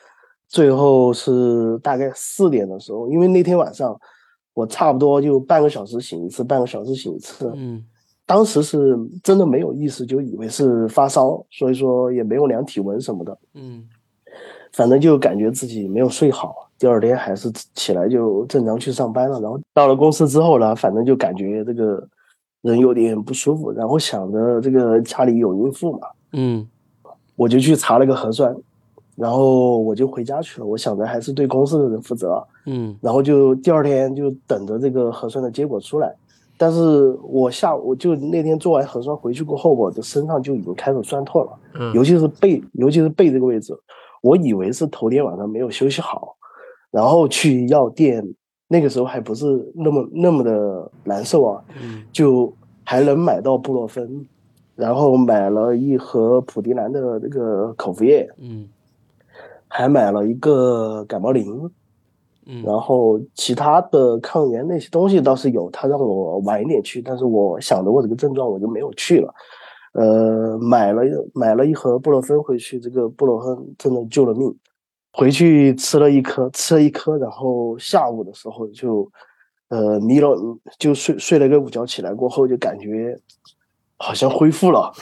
最后是大概四点的时候，因为那天晚上我差不多就半个小时醒一次，半个小时醒一次。 嗯， 当时是真的没有意识，就以为是发烧，所以说也没有量体温什么的。 嗯， 反正就感觉自己没有睡好，第二天还是起来就正常去上班了。然后到了公司之后呢，反正就感觉这个人有点不舒服，然后想着这个家里有孕妇嘛， 嗯， 我就去查了个核酸。然后我就回家去了，我想着还是对公司的人负责， 嗯， 然后就第二天就等着这个核酸的结果出来。但是我下午就那天做完核酸回去过后，我的身上就已经开始酸痛了， 嗯， 尤其是背，尤其是背这个位置，我以为是头天晚上没有休息好，然后去药店，那个时候还不是那么那么的难受啊， 嗯， 就还能买到布洛芬，然后买了一盒普地蓝的那个口服液， 嗯， 还买了一个感冒灵， 嗯， 然后其他的抗原那些东西倒是有，他让我晚一点去，但是我想着我这个症状我就没有去了。呃，买了买了一盒布洛芬回去，这个布洛芬真的救了命。回去吃了一颗，吃了一颗，然后下午的时候就，呃，迷了，就睡睡了个午觉，起来过后就感觉好像恢复了，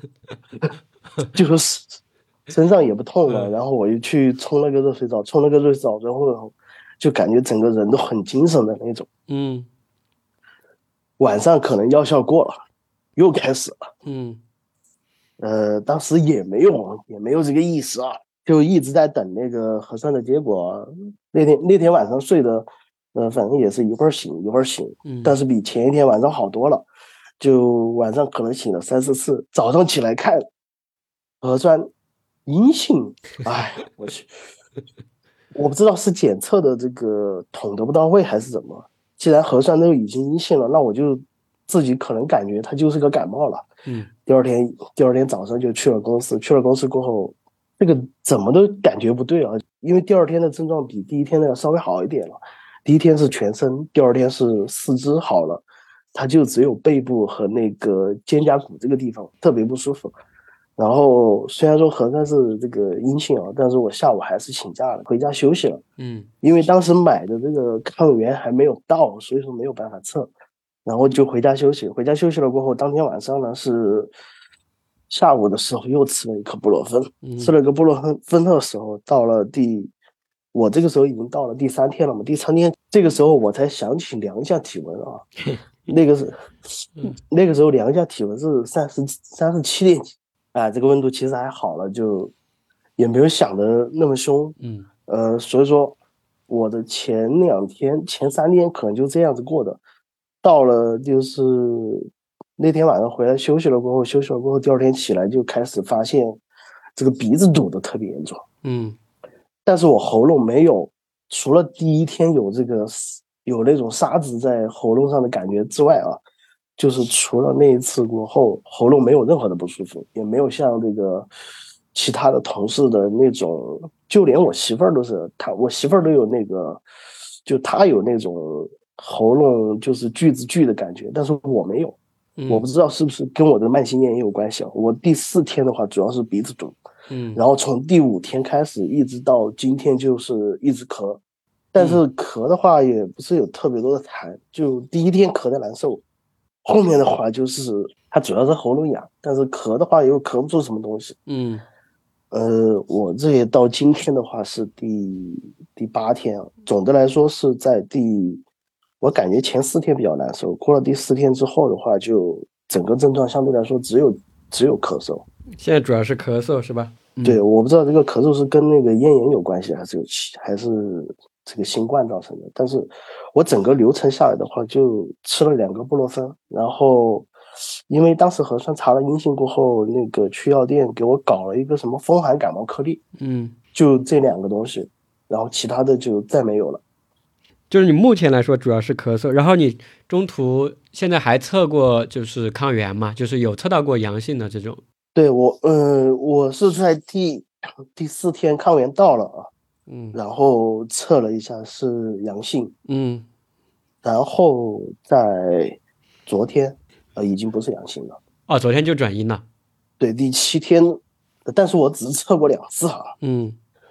就是身上也不痛了。然后我又去冲了个热水澡，冲了个热水澡之后，就感觉整个人都很精神的那种。 嗯， 晚上可能药效过了，又开始了。 嗯， 呃，当时也没有也没有这个意识啊。就一直在等那个核酸的结果。那天那天晚上睡的，呃，反正也是一会儿醒一会儿醒， 嗯， 但是比前一天晚上好多了。就晚上可能醒了三四次，早上起来看核酸阴性，哎，我去，我不知道是检测的这个捅得不到位还是怎么。既然核酸都已经阴性了，那我就自己可能感觉它就是个感冒了。 嗯， 第二天第二天早上就去了公司，去了公司过后。这个怎么都感觉不对啊，因为第二天的症状比第一天的稍微好一点了。第一天是全身，第二天是四肢好了，它就只有背部和那个肩胛骨这个地方特别不舒服。然后虽然说核酸是这个阴性啊，但是我下午还是请假了，回家休息了。 嗯， 因为当时买的这个抗原还没有到，所以说没有办法测，然后就回家休息。回家休息了过后，当天晚上呢是。下午的时候又吃了一颗布洛芬， 嗯、 吃了一个布洛芬的时候，到了第，我这个时候已经到了第三天了嘛。第三天这个时候我才想起量一下体温啊，那个是，那个时候量一下体温是三十三十七点几，啊，这个温度其实还好了，就也没有想的那么凶， 嗯， 呃，所以说我的前两天、前三天可能就这样子过的，到了就是。那天晚上回来休息了过后，休息了过后，第二天起来就开始发现这个鼻子堵得特别严重。 嗯， 但是我喉咙没有，除了第一天有这个有那种沙子在喉咙上的感觉之外啊，就是除了那一次过后，喉咙没有任何的不舒服，也没有像这个其他的同事的那种，就连我媳妇儿都是，她我媳妇儿都有那个，就她有那种喉咙就是锯子锯的感觉，但是我没有。我不知道是不是跟我的慢性咽炎有关系啊？我第四天的话主要是鼻子堵， 嗯， 然后从第五天开始一直到今天就是一直咳，但是咳的话也不是有特别多的痰，就第一天咳的难受，后面的话就是它主要是喉咙痒，但是咳的话又咳不出什么东西。 嗯， 呃，我这也到今天的话是第第八天啊，总的来说是在第。我感觉前四天比较难受，过了第四天之后的话，就整个症状相对来说只有只有咳嗽。 现在主要是咳嗽是吧？ 嗯、对，我不知道这个咳嗽是跟那个咽炎有关系，还是有还是这个新冠造成的。但是我整个流程下来的话，就吃了两个布洛芬，然后因为当时核酸查了阴性过后，那个去药店给我搞了一个什么风寒感冒颗粒， 嗯， 就这两个东西，然后其他的就再没有了。 就是你目前来说主要是咳嗽，然后你中途现在还测过就是抗原嘛，就是有测到过阳性的这种。 对，我嗯、呃，我是在第第四天抗原到了啊， 嗯， 然后测了一下是阳性， 嗯， 然后在昨天呃已经不是阳性了。 哦，昨天就转阴了。 对，第七天，但是我只是测过两次啊。 嗯，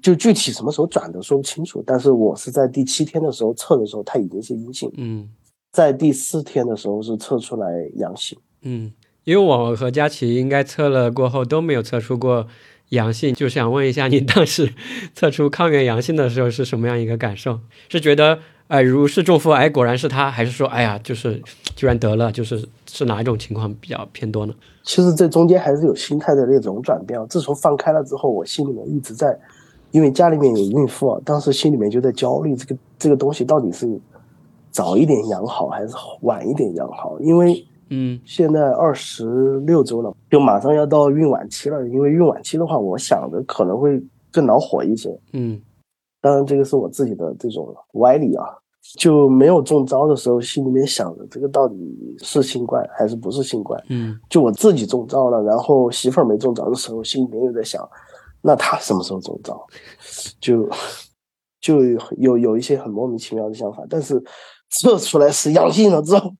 就具体什么时候转的说不清楚，但是我是在第七天的时候测的时候，它已经是阴性。 嗯， 在第四天的时候是测出来阳性。 嗯，因为我和佳琪应该测了过后都没有测出过阳性，就想问一下你当时测出抗原阳性的时候是什么样一个感受？是觉得哎如释重负，哎果然是他，还是说哎呀就是居然得了，就是是哪一种情况比较偏多呢？ 其实这中间还是有心态的那种转变。自从放开了之后，我心里面一直在，因为家里面有孕妇啊，当时心里面就在焦虑，这个这个东西到底是早一点养好还是晚一点养好？因为嗯， 现在二十六周了，就马上要到孕晚期了。因为孕晚期的话，我想的可能会更恼火一些。 嗯， 当然这个是我自己的这种歪理啊。就没有中招的时候，心里面想着这个到底是新冠还是不是新冠。 嗯， 就我自己中招了，然后媳妇儿没中招的时候，心里面又在想，那他什么时候中招？就就有有一些很莫名其妙的想法。但是测出来是阳性了之后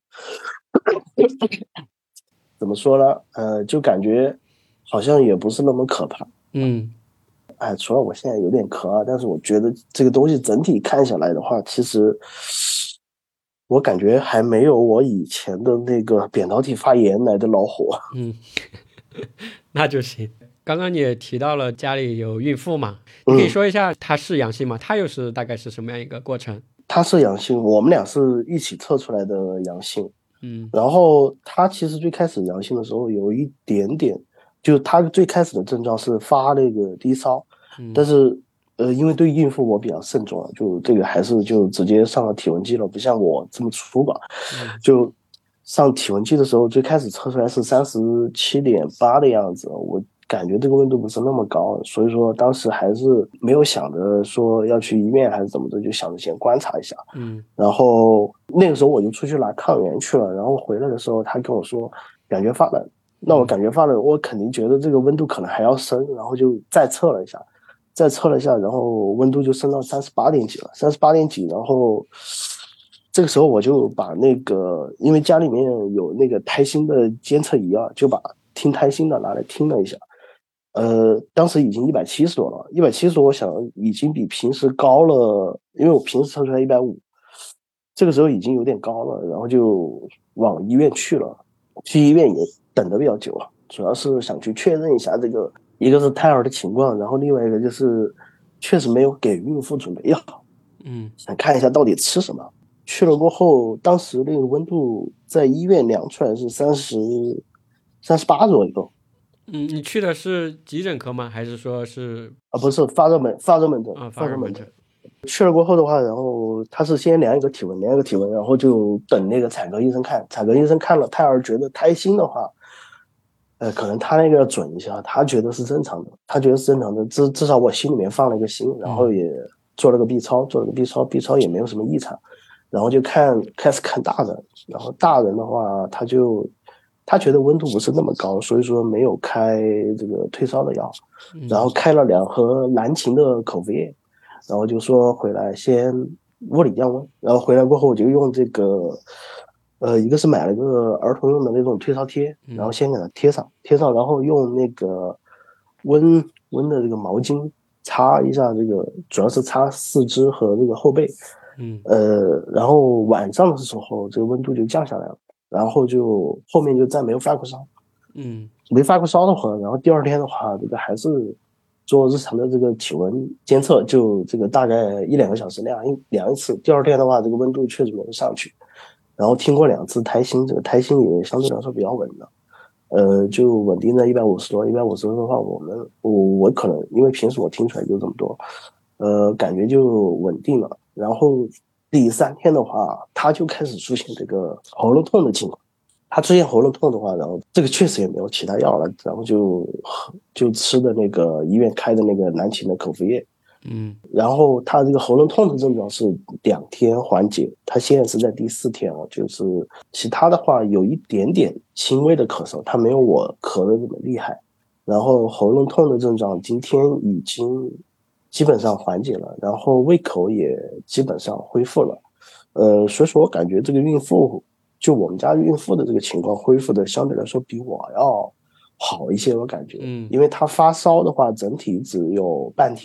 怎么说呢？呃，就感觉好像也不是那么可怕。 嗯， 哎，除了我现在有点咳啊，但是我觉得这个东西整体看下来的话，其实我感觉还没有我以前的那个扁桃体发炎来的恼火。 嗯，那就行。刚刚你也提到了家里有孕妇嘛，你可以说一下她是阳性吗？她又是大概是什么样一个过程？ 她是阳性，我们俩是一起测出来的阳性。 嗯， 然后她其实最开始阳性的时候有一点点，就她最开始的症状是发那个低烧， 嗯， 但是呃，因为对孕妇我比较慎重，就这个还是就直接上了体温计了，不像我这么粗吧。 嗯， 就上体温计的时候，最开始测出来是三十七点八的样子，我感觉这个温度不是那么高，所以说当时还是没有想着说要去医院还是怎么的，就想着先观察一下。 嗯， 然后那个时候我就出去拿抗原去了，然后回来的时候他跟我说感觉发冷，那我感觉发冷，我肯定觉得这个温度可能还要升，然后就再测了一下，再测了一下，然后温度就升到三十八点几了，三十八点几，然后这个时候我就把那个，因为家里面有那个胎心的监测仪啊，就把听胎心的拿来听了一下。呃，当时已经一百七十多了，一百七十多，我想已经比平时高了，因为我平时测出来一百五，这个时候已经有点高了，然后就往医院去了。去医院也等得比较久，主要是想去确认一下这个，一个是胎儿的情况，然后另外一个就是确实没有给孕妇准备药， 嗯， 想看一下到底吃什么。去了过后，当时那个温度在医院量出来是三十三十八左右。 嗯，你去的是急诊科吗？还是说是啊？不是发热门发热门诊啊，发热门诊。 去了过后的话，然后他是先量一个体温，量一个体温，然后就等那个产科医生看。产科医生看了胎儿，觉得胎心的话，呃，可能他那个要准一下，他觉得是正常的，他觉得是正常的，至至少我心里面放了一个心，然后也做了个 B 超，做了个 B 超 ，B 超也没有什么异常，然后就看开始看大人，然后大人的话，他就他觉得温度不是那么高，所以说没有开这个退烧的药，然后开了两盒蓝芩的口服液。然后就说回来先物理降温，然后回来过后我就用这个，呃，一个是买了个儿童用的那种退烧贴，然后先给它贴上，贴上，然后用那个温温的这个毛巾擦一下这个，主要是擦四肢和这个后背， 嗯， 呃，然后晚上的时候这个温度就降下来了，然后就后面就再没有发过烧， 嗯， 没发过烧的话，然后第二天的话，这个还是做日常的这个体温监测，就这个大概一两个小时量一量一次。第二天的话，这个温度确实没有上去。然后听过两次胎心，这个胎心也相对来说比较稳的，呃，就稳定在一百五十多。一百五十多的话，我们我我可能因为平时我听出来就这么多，呃，感觉就稳定了。然后第三天的话，他就开始出现这个喉咙痛的情况。他出现喉咙痛的话，然后这个确实也没有其他药了，然后就就吃的那个医院开的那个蓝芩的口服液， 嗯， 然后他这个喉咙痛的症状是两天缓解，他现在是在第四天啊，就是其他的话有一点点轻微的咳嗽，他没有我咳的这么厉害，然后喉咙痛的症状今天已经基本上缓解了，然后胃口也基本上恢复了，呃，所以说我感觉这个孕妇。就我们家孕妇的这个情况恢复的相对来说比我要好一些，我感觉， 嗯， 因为她发烧的话，整体只有半天，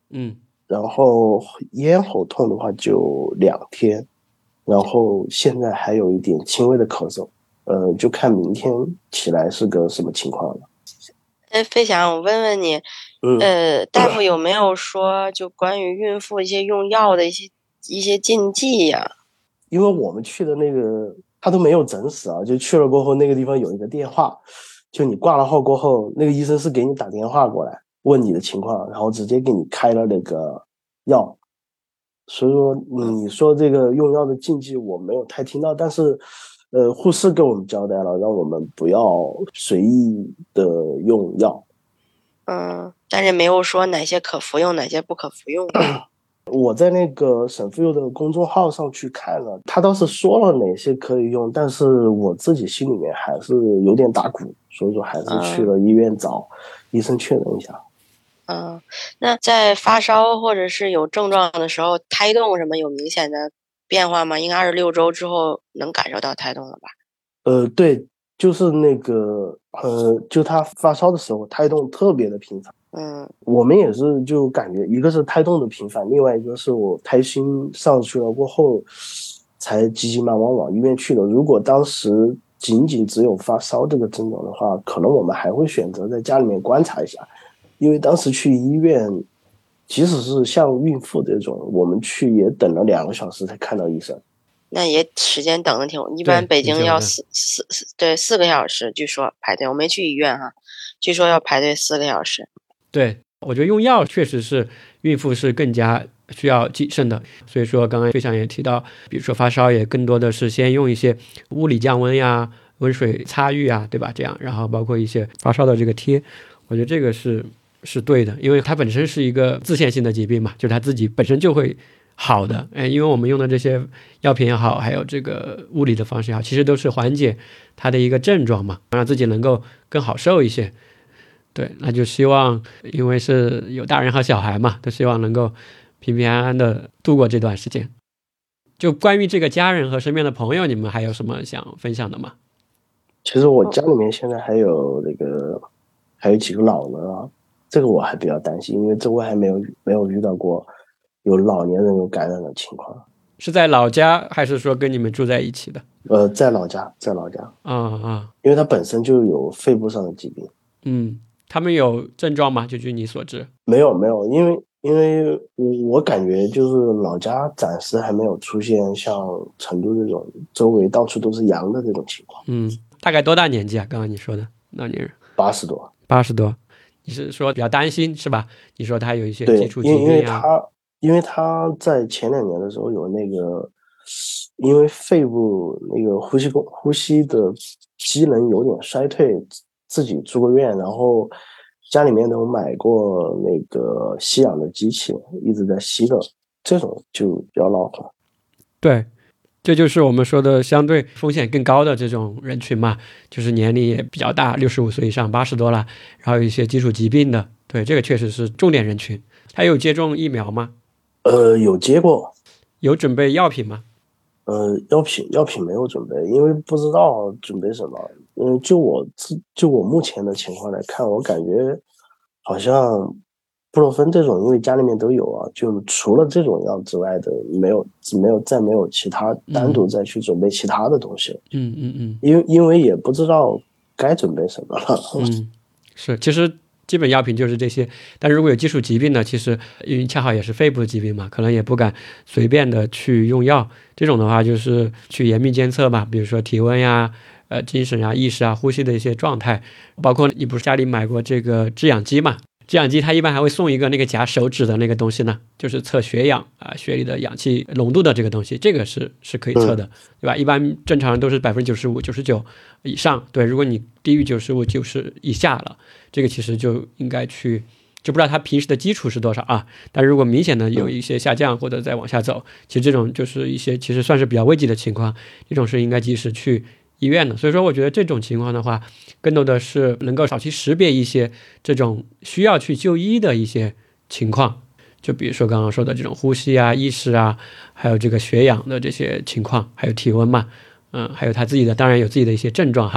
嗯， 然后咽喉痛的话就两天，然后现在还有一点轻微的咳嗽，呃，就看明天起来是个什么情况了。 哎，飞翔，我问问你， 嗯、 呃，大夫有没有说就关于孕妇一些用药的一些一些禁忌呀、啊？ 因为我们去的那个他都没有诊室啊，就去了过后那个地方有一个电话，就你挂了号过后，那个医生是给你打电话过来问你的情况，然后直接给你开了那个药。所以说你说这个用药的禁忌我没有太听到，但是呃，护士给我们交代了，让我们不要随意的用药。 嗯，但是没有说哪些可服用，哪些不可服用。 我在那个沈妇幼的公众号上去看了，他倒是说了哪些可以用，但是我自己心里面还是有点打鼓，所以说还是去了医院找医生确认一下。 嗯，那在发烧或者是有症状的时候，胎动什么有明显的变化吗？应该二十六周之后能感受到胎动了吧？ 呃，对，就是那个呃，就他发烧的时候，胎动特别的频繁。 嗯， 我们也是就感觉一个是胎动的频繁，另外一个是我胎心上去了过后才急急忙忙往医院去的。如果当时仅仅只有发烧这个症状的话，可能我们还会选择在家里面观察一下，因为当时去医院即使是像孕妇这种，我们去也等了两个小时才看到医生。 那也时间等的挺，一般北京要四四四对四个小时，据说排队。我没去医院哈，据说要排队四个小时。 对，我觉得用药确实是孕妇是更加需要谨慎的。所以说刚刚飞翔也提到，比如说发烧也更多的是先用一些物理降温呀、温水擦浴啊，对吧？这样，然后包括一些发烧的这个贴，我觉得这个是是对的，因为它本身是一个自限性的疾病嘛，就是它自己本身就会好的。哎，因为我们用的这些药品也好，还有这个物理的方式也好，其实都是缓解它的一个症状嘛，让自己能够更好受一些。对，那就希望，因为是有大人和小孩嘛，都希望能够平平安安的度过这段时间。就关于这个家人和身边的朋友，你们还有什么想分享的吗？ 其实我家里面现在还有那个还有几个老人啊，这个我还比较担心，因为周围还没有没有遇到过有老年人有感染的情况。 是在老家还是说跟你们住在一起的？ 呃，在老家，在老家。 啊啊， 因为他本身就有肺部上的疾病。 嗯。他们有症状吗？就据你所知？ 没有没有，因为因为我我感觉就是老家暂时还没有出现像成都这种周围到处都是阳的这种情况。 嗯，大概多大年纪啊？刚刚你说的老年人？ 八十多。 八十多，你是说比较担心是吧？你说他有一些基础疾病啊？ 因为他因为他在前两年的时候有那个，因为肺部那个呼吸呼吸的机能有点衰退。自己住过院，然后家里面都买过那个吸氧的机器，一直在吸的，这种就比较恼火。 对，这就是我们说的相对风险更高的这种人群嘛，就是年龄也比较大，六十五岁以上，八十多了，然后有一些基础疾病的，对，这个确实是重点人群。还有接种疫苗吗？ 呃，有接过。 有准备药品吗？ 呃，药品药品没有准备，因为不知道准备什么。嗯，就我就我目前的情况来看，我感觉好像布洛芬这种，因为家里面都有啊，就除了这种药之外的，没有没有再没有其他单独再去准备其他的东西。 嗯嗯嗯， 因为因为也不知道该准备什么了。 嗯，是，其实基本药品就是这些，但如果有基础疾病呢，其实因为恰好也是肺部疾病嘛，可能也不敢随便的去用药。这种的话就是去严密监测吧，比如说体温呀、呃精神啊、意识啊、呼吸的一些状态，包括你不是家里买过这个制氧机嘛？制氧机它一般还会送一个那个夹手指的那个东西呢，就是测血氧啊、血里的氧气浓度的这个东西，这个是是可以测的，对吧？一般正常人都是百分之九十五、九十九以上，对，如果你低于九十五、九十以下了，这个其实就应该去，就不知道他平时的基础是多少啊。但如果明显的有一些下降或者再往下走，其实这种就是一些其实算是比较危急的情况，这种是应该及时去医院的。所以说我觉得这种情况的话，更多的是能够早期识别一些这种需要去就医的一些情况，就比如说刚刚说的这种呼吸啊、意识啊，还有这个血氧的这些情况，还有体温嘛，嗯，还有他自己的当然有自己的一些症状哈。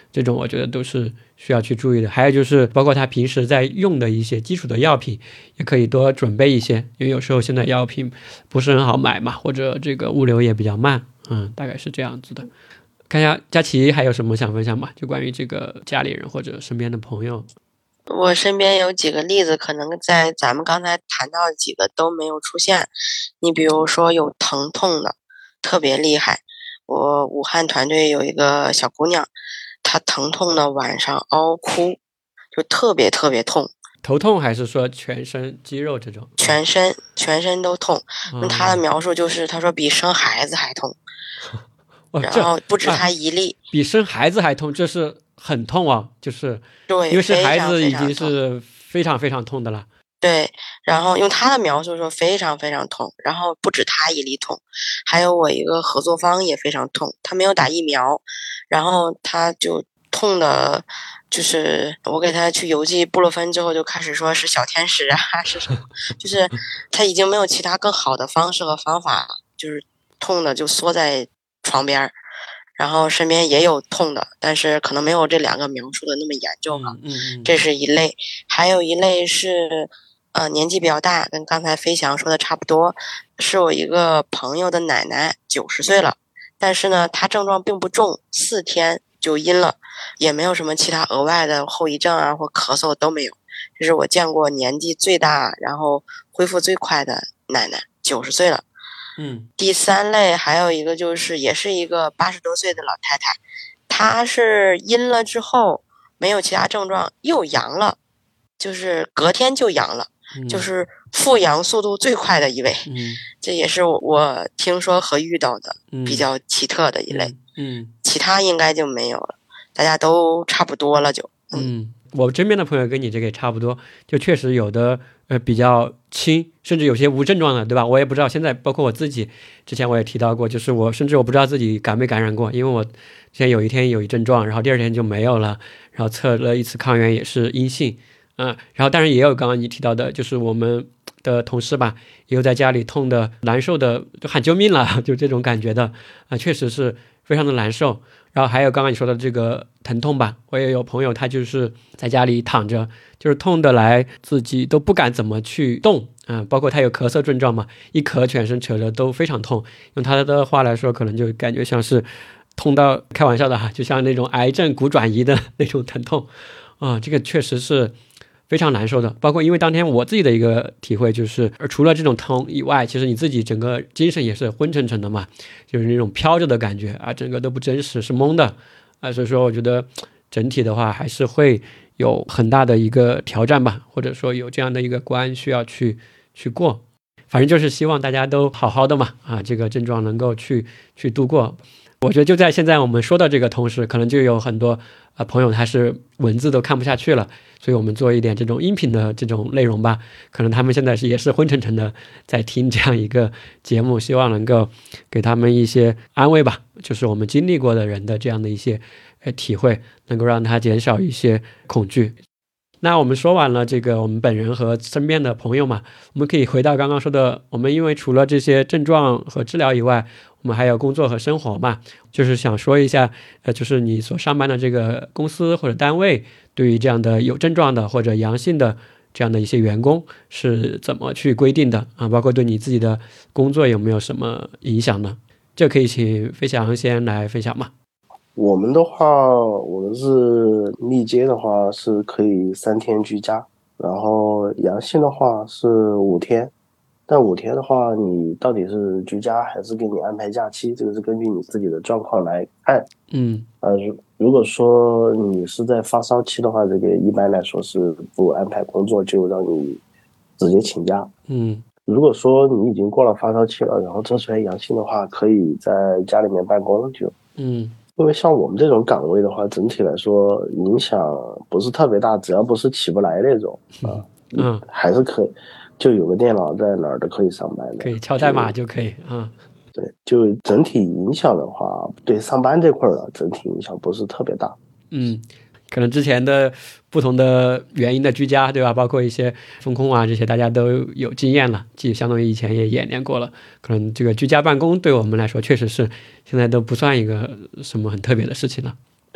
这种我觉得都是需要去注意的。还有就是包括他平时在用的一些基础的药品也可以多准备一些，因为有时候现在药品不是很好买嘛，或者这个物流也比较慢，嗯，大概是这样子的。看一下佳琪还有什么想分享吗？就关于这个家里人或者身边的朋友。 我身边有几个例子，可能在咱们刚才谈到的几个都没有出现。你比如说有疼痛的，特别厉害。我武汉团队有一个小姑娘，她疼痛的晚上嗷哭，就特别特别痛。 头痛还是说全身肌肉这种？ 全身全身都痛。那、嗯、她的描述就是，她说比生孩子还痛。 哦、 然后不止她一例、 啊，比生孩子还痛，这是很痛啊，就是对， 因为生孩子已经是非常非常痛的了。 对，然后用他的描述说非常非常痛，然后不止他一例痛，还有我一个合作方也非常痛，他没有打疫苗，然后他就痛的，就是我给他去邮寄布洛芬之后就开始说是小天使啊，是什么，就是他已经没有其他更好的方式和方法，就是痛的就缩在床边，然后身边也有痛的，但是可能没有这两个描述的那么严重啊。 嗯嗯嗯， 这是一类，还有一类是。呃，年纪比较大，跟刚才飞翔说的差不多，是我一个朋友的奶奶，九十岁了，但是呢，她症状并不重，四天就阴了，也没有什么其他额外的后遗症啊或咳嗽都没有，这是我见过年纪最大，然后恢复最快的奶奶，九十岁了。 嗯， 第三类还有一个就是也是一个八十多岁的老太太，她是阴了之后没有其他症状，又阳了，就是隔天就阳了。 嗯、 就是复阳速度最快的一位、 嗯、 这也是我听说和遇到的比较奇特的一类。 嗯, 嗯， 其他应该就没有了，大家都差不多了就。 嗯, 嗯，我身边的朋友跟你这个也差不多，就确实有的呃比较轻，甚至有些无症状的，对吧？我也不知道，现在包括我自己之前我也提到过，就是我甚至我不知道自己感没感染过，因为我之前有一天有一症状，然后第二天就没有了，然后测了一次抗原也是阴性。嗯，然后当然也有刚刚你提到的，就是我们的同事吧，也有在家里痛的难受的就喊救命了，就这种感觉的啊、呃，确实是非常的难受。然后还有刚刚你说的这个疼痛吧，我也有朋友他就是在家里躺着，就是痛的来自己都不敢怎么去动啊、呃，包括他有咳嗽症状嘛，一咳全身扯着都非常痛，用他的话来说可能就感觉像是痛到开玩笑的哈，就像那种癌症骨转移的那种疼痛啊、呃，这个确实是非常难受的。包括因为当天我自己的一个体会就是，而除了这种疼以外，其实你自己整个精神也是昏沉沉的嘛，就是那种飘着的感觉啊，整个都不真实，是懵的啊。所以说我觉得整体的话还是会有很大的一个挑战吧，或者说有这样的一个关需要去去过。反正就是希望大家都好好的嘛，啊，这个症状能够去去度过。我觉得就在现在我们说的这个同时，可能就有很多呃朋友他是文字都看不下去了，所以我们做一点这种音频的这种内容吧，可能他们现在是也是昏沉沉的在听这样一个节目，希望能够给他们一些安慰吧，就是我们经历过的人的这样的一些呃体会，能够让他减少一些恐惧。那我们说完了这个我们本人和身边的朋友嘛，我们可以回到刚刚说的，我们因为除了这些症状和治疗以外，我们还有工作和生活嘛，就是想说一下呃，就是你所上班的这个公司或者单位对于这样的有症状的或者阳性的这样的一些员工是怎么去规定的啊？包括对你自己的工作有没有什么影响呢？这可以请飞翔先来分享嘛。 我们的话，我们是密接的话是可以三天居家，然后阳性的话是五天，但五天的话，你到底是居家还是给你安排假期，这个是根据你自己的状况来看。 嗯， 呃，如果说你是在发烧期的话，这个一般来说是不安排工作，就让你直接请假。 嗯， 如果说你已经过了发烧期了，然后测出来阳性的话，可以在家里面办公就。 嗯。 因为像我们这种岗位的话，整体来说影响不是特别大，只要不是起不来那种啊， 嗯， 还是可以，就有个电脑在哪儿都可以上班的， 可以敲代码就可以啊、嗯。 对，就整体影响的话，对上班这块的整体影响不是特别大。 嗯，可能之前的不同的原因的居家，对吧？包括一些风控啊这些，大家都有经验了，既相当于以前也演练过了。可能这个居家办公对我们来说，确实是现在都不算一个什么很特别的事情了。 对，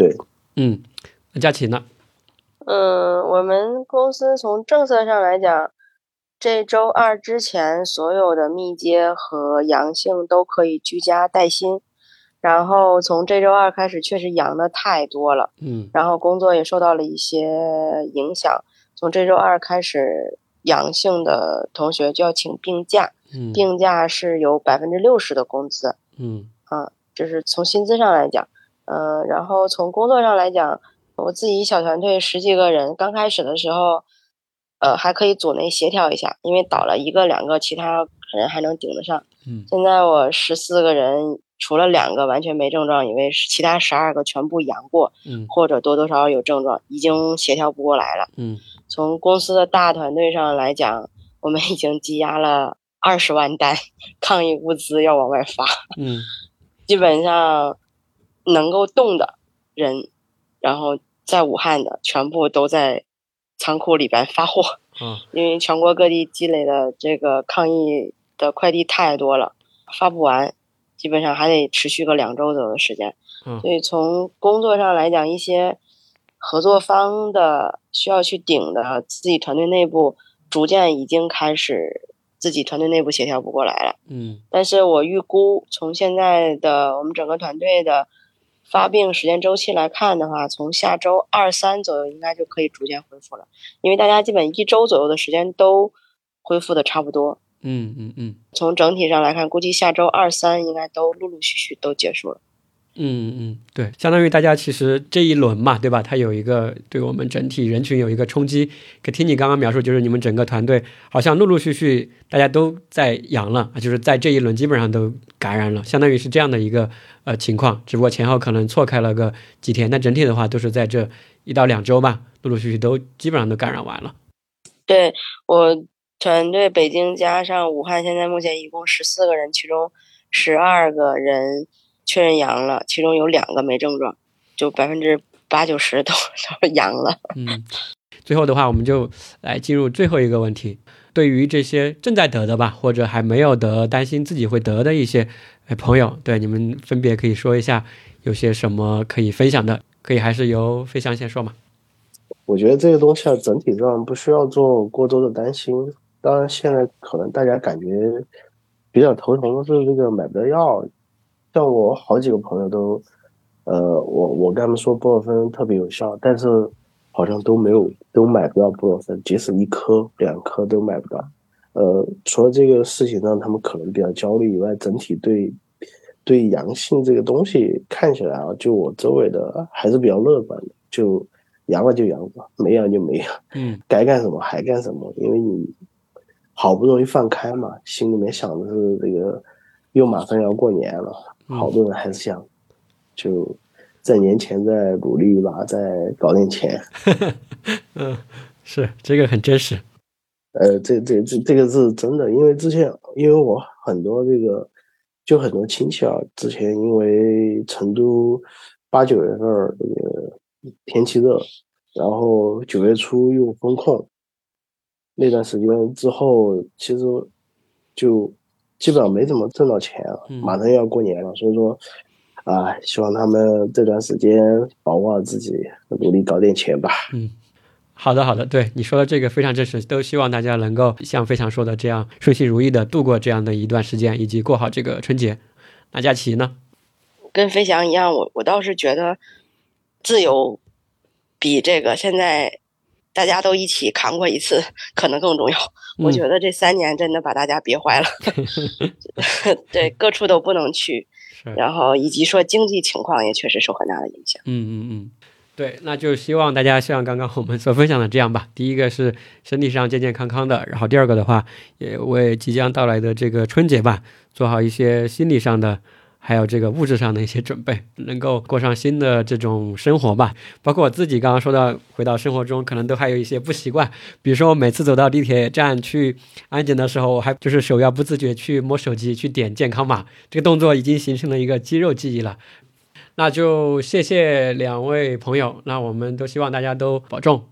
嗯，那佳琪呢？ 嗯，我们公司从政策上来讲，这周二之前所有的密接和阳性都可以居家带薪，然后从这周二开始确实阳的太多了， 嗯， 然后工作也受到了一些影响，从这周二开始阳性的同学就要请病假， 嗯， 病假是有百分之六十的工资， 嗯， 啊，这是从薪资上来讲，嗯、呃，然后从工作上来讲，我自己小团队十几个人，刚开始的时候，呃，还可以组内协调一下，因为倒了一个两个，其他人还能顶得上。 嗯， 现在我十四个人，除了两个完全没症状以外，其他十二个全部阳过， 嗯， 或者多多少少有症状，已经协调不过来了。 嗯， 从公司的大团队上来讲，我们已经积压了二十万单抗疫物资要往外发。 嗯， 基本上能够动的人，然后在武汉的全部都在仓库里边发货， 嗯， 因为全国各地积累的这个抗疫的快递太多了，发不完，基本上还得持续个两周左右的时间。 嗯， 所以从工作上来讲，一些合作方的需要去顶的，自己团队内部逐渐已经开始自己团队内部协调不过来了。 嗯， 但是我预估从现在的我们整个团队的发病时间周期来看的话，从下周二三左右应该就可以逐渐恢复了，因为大家基本一周左右的时间都恢复的差不多。 嗯嗯嗯， 从整体上来看，估计下周二三应该都陆陆续续都结束了。 嗯嗯，对，相当于大家其实这一轮嘛，对吧？它有一个对我们整体人群有一个冲击。可听你刚刚描述，就是你们整个团队好像陆陆续续大家都在阳了，就是在这一轮基本上都感染了，相当于是这样的一个呃情况。只不过前后可能错开了个几天，但整体的话都是在这一到两周吧，陆陆续续都基本上都感染完了。 对，我团队北京加上武汉，现在目前一共十四个人，其中十二个人确认阳了，其中有两个没症状，就百分之八九十都都阳了。 嗯，最后的话，我们就来进入最后一个问题。对于这些正在得的吧，或者还没有得，担心自己会得的一些朋友，对你们分别可以说一下有些什么可以分享的？可以还是由飞翔先说嘛？ 我觉得这个东西啊，整体上不需要做过多的担心。当然，现在可能大家感觉比较头疼的是这个买不到药。像我好几个朋友都，呃，我我跟他们说布洛芬特别有效，但是好像都没有都买不到布洛芬，即使一颗两颗都买不到。呃，除了这个事情让他们可能比较焦虑以外，整体对对阳性这个东西看起来啊，就我周围的还是比较乐观的，就阳了就阳了，没阳就没阳， 嗯， 该干什么还干什么，因为你好不容易放开嘛，心里面想的是这个又马上要过年了，好多人还是想就在年前再努力一把，再搞点钱。 嗯，是这个很真实。 呃，这这这这个是真的，因为之前因为我很多这个就很多亲戚啊，之前因为成都八九月份这个天气热，然后九月初又封控，那段时间之后，其实就基本上没怎么挣到钱了，马上要过年了，所以说啊，希望他们这段时间把握好自己，努力搞点钱吧。 嗯。好的，好的，对你说的这个非常真实，都希望大家能够像非常说的这样顺心如意的度过这样的一段时间，以及过好这个春节。那佳琪呢？ 跟飞翔一样，我我倒是觉得自由比这个现在大家都一起扛过一次可能更重要。 嗯、 我觉得这三年真的把大家憋坏了，对，各处都不能去，然后以及说经济情况也确实受很大的影响。 嗯嗯嗯。对，那就希望大家像刚刚我们所分享的这样吧。第一个是身体上健健康康的，然后第二个的话，也为即将到来的这个春节吧，做好一些心理上的，还有这个物质上的一些准备，能够过上新的这种生活吧。包括我自己刚刚说到，回到生活中，可能都还有一些不习惯，比如说我每次走到地铁站去安检的时候，我还就是手要不自觉去摸手机，去点健康码，这个动作已经形成了一个肌肉记忆了。那就谢谢两位朋友，那我们都希望大家都保重。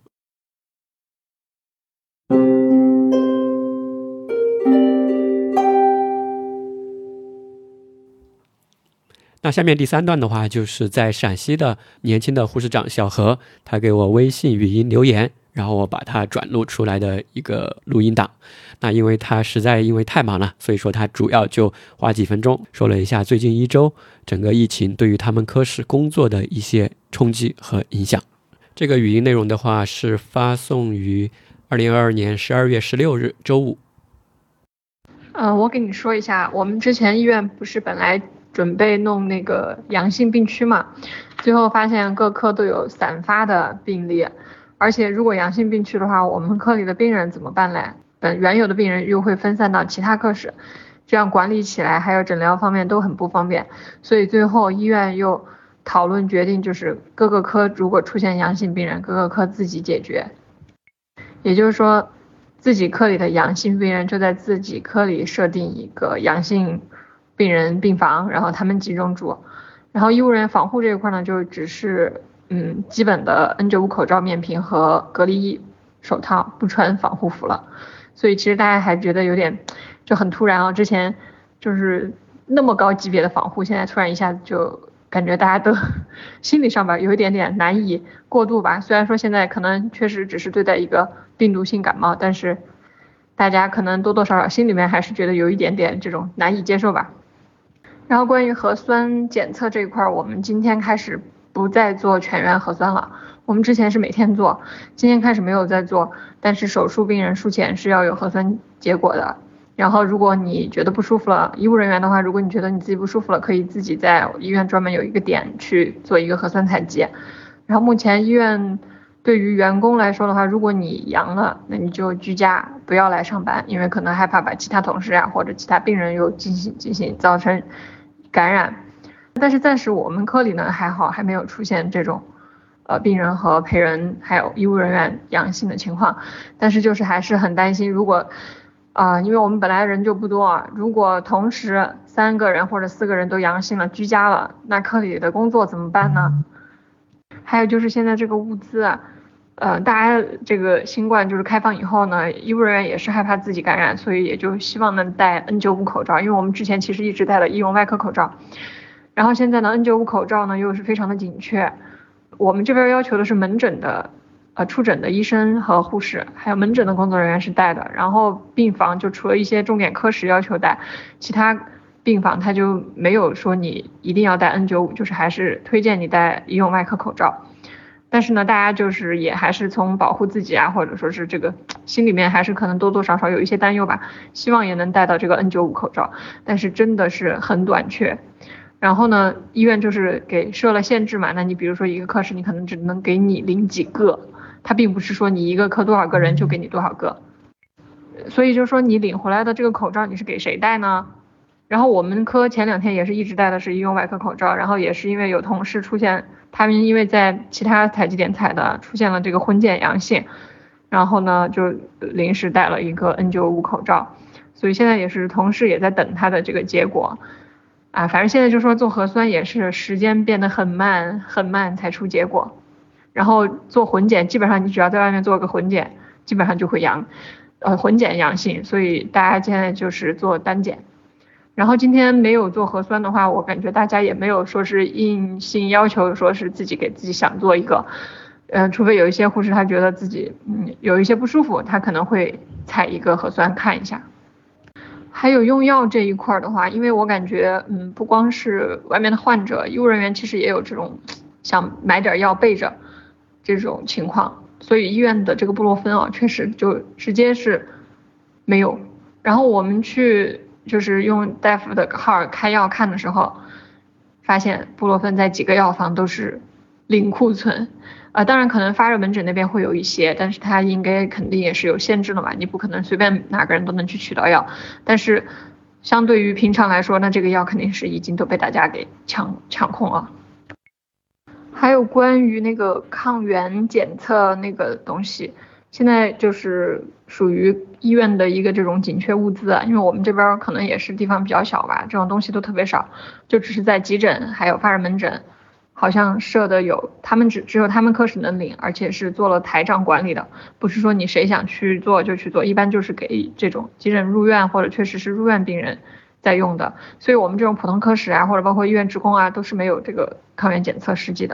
那那下面第三段的话，就是在陕西的年轻的护士长小何，他给我微信语音留言，然后我把它转录出来的一个录音档。那因为他实在因为太忙了，所以说他主要就花几分钟说了一下最近一周整个疫情对于他们科室工作的一些冲击和影响。这个语音内容的话是发送于二零二二年十二月十六日周五。 呃，我给你说一下，我们之前医院不是本来准备弄那个阳性病区嘛，最后发现各科都有散发的病例，而且如果阳性病区的话，我们科里的病人怎么办嘞？本原有的病人又会分散到其他科室，这样管理起来还有诊疗方面都很不方便，所以最后医院又讨论决定，就是各个科如果出现阳性病人，各个科自己解决，也就是说自己科里的阳性病人就在自己科里设定一个阳性病人病房，然后他们集中住。然后医务人员防护这一块呢，就只是嗯基本的 N 九十五 口罩、面屏和隔离衣、手套，不穿防护服了。所以其实大家还觉得有点就很突然啊，之前就是那么高级别的防护，现在突然一下子就感觉大家都心理上吧有一点点难以过渡吧。虽然说现在可能确实只是对待一个病毒性感冒，但是大家可能多多少少心里面还是觉得有一点点这种难以接受吧。然后关于核酸检测这一块，我们今天开始不再做全员核酸了，我们之前是每天做，今天开始没有再做，但是手术病人术前是要有核酸结果的。然后如果你觉得不舒服了，医务人员的话，如果你觉得你自己不舒服了，可以自己在医院专门有一个点去做一个核酸采集。然后目前医院对于员工来说的话，如果你阳了，那你就居家不要来上班，因为可能害怕把其他同事啊或者其他病人又进行进行造成感染。但是暂时我们科里呢还好，还没有出现这种呃病人和陪人还有医务人员阳性的情况，但是就是还是很担心，如果啊、呃，因为我们本来人就不多啊，如果同时三个人或者四个人都阳性了居家了，那科里的工作怎么办呢？还有就是现在这个物资啊，呃，大家这个新冠就是开放以后呢，医务人员也是害怕自己感染，所以也就希望能戴 N 九十五 口罩，因为我们之前其实一直戴了医用外科口罩，然后现在呢 N 九十五 口罩呢又是非常的紧缺，我们这边要求的是门诊的呃出诊的医生和护士，还有门诊的工作人员是戴的，然后病房就除了一些重点科室要求戴，其他病房他就没有说你一定要戴 N 九十五， 就是还是推荐你戴医用外科口罩。但是呢，大家就是也还是从保护自己啊，或者说是这个心里面还是可能多多少少有一些担忧吧，希望也能戴到这个 N 九十五 口罩，但是真的是很短缺。然后呢，医院就是给设了限制嘛，那你比如说一个科室你可能只能给你领几个，它并不是说你一个科多少个人就给你多少个，所以就说你领回来的这个口罩你是给谁戴呢？然后我们科前两天也是一直戴的是医用外科口罩，然后也是因为有同事出现，他们因为在其他采集点采的出现了这个混检阳性，然后呢就临时戴了一个 N 九十五 口罩，所以现在也是同事也在等他的这个结果啊，反正现在就说做核酸也是时间变得很慢很慢才出结果，然后做混检基本上你只要在外面做个混检基本上就会阳，呃混检阳性，所以大家现在就是做单检。然后今天没有做核酸的话，我感觉大家也没有说是硬性要求说是自己给自己想做一个，呃，除非有一些护士他觉得自己嗯有一些不舒服，他可能会采一个核酸看一下。还有用药这一块的话，因为我感觉嗯不光是外面的患者，医务人员其实也有这种想买点药备着这种情况，所以医院的这个布洛芬啊，确实就直接是没有。然后我们去就是用大夫的号开药看的时候，发现布洛芬在几个药房都是零库存，呃，当然可能发热门诊那边会有一些，但是它应该肯定也是有限制的嘛，你不可能随便哪个人都能去取到药，但是相对于平常来说，那这个药肯定是已经都被大家给抢抢空了。还有关于那个抗原检测那个东西，现在就是属于医院的一个这种紧缺物资啊，因为我们这边可能也是地方比较小吧，这种东西都特别少，就只是在急诊还有发热门诊好像设的有，他们只只有他们科室能领，而且是做了台账管理的，不是说你谁想去做就去做，一般就是给这种急诊入院或者确实是入院病人在用的，所以我们这种普通科室啊，或者包括医院职工啊，都是没有这个抗原检测试剂的。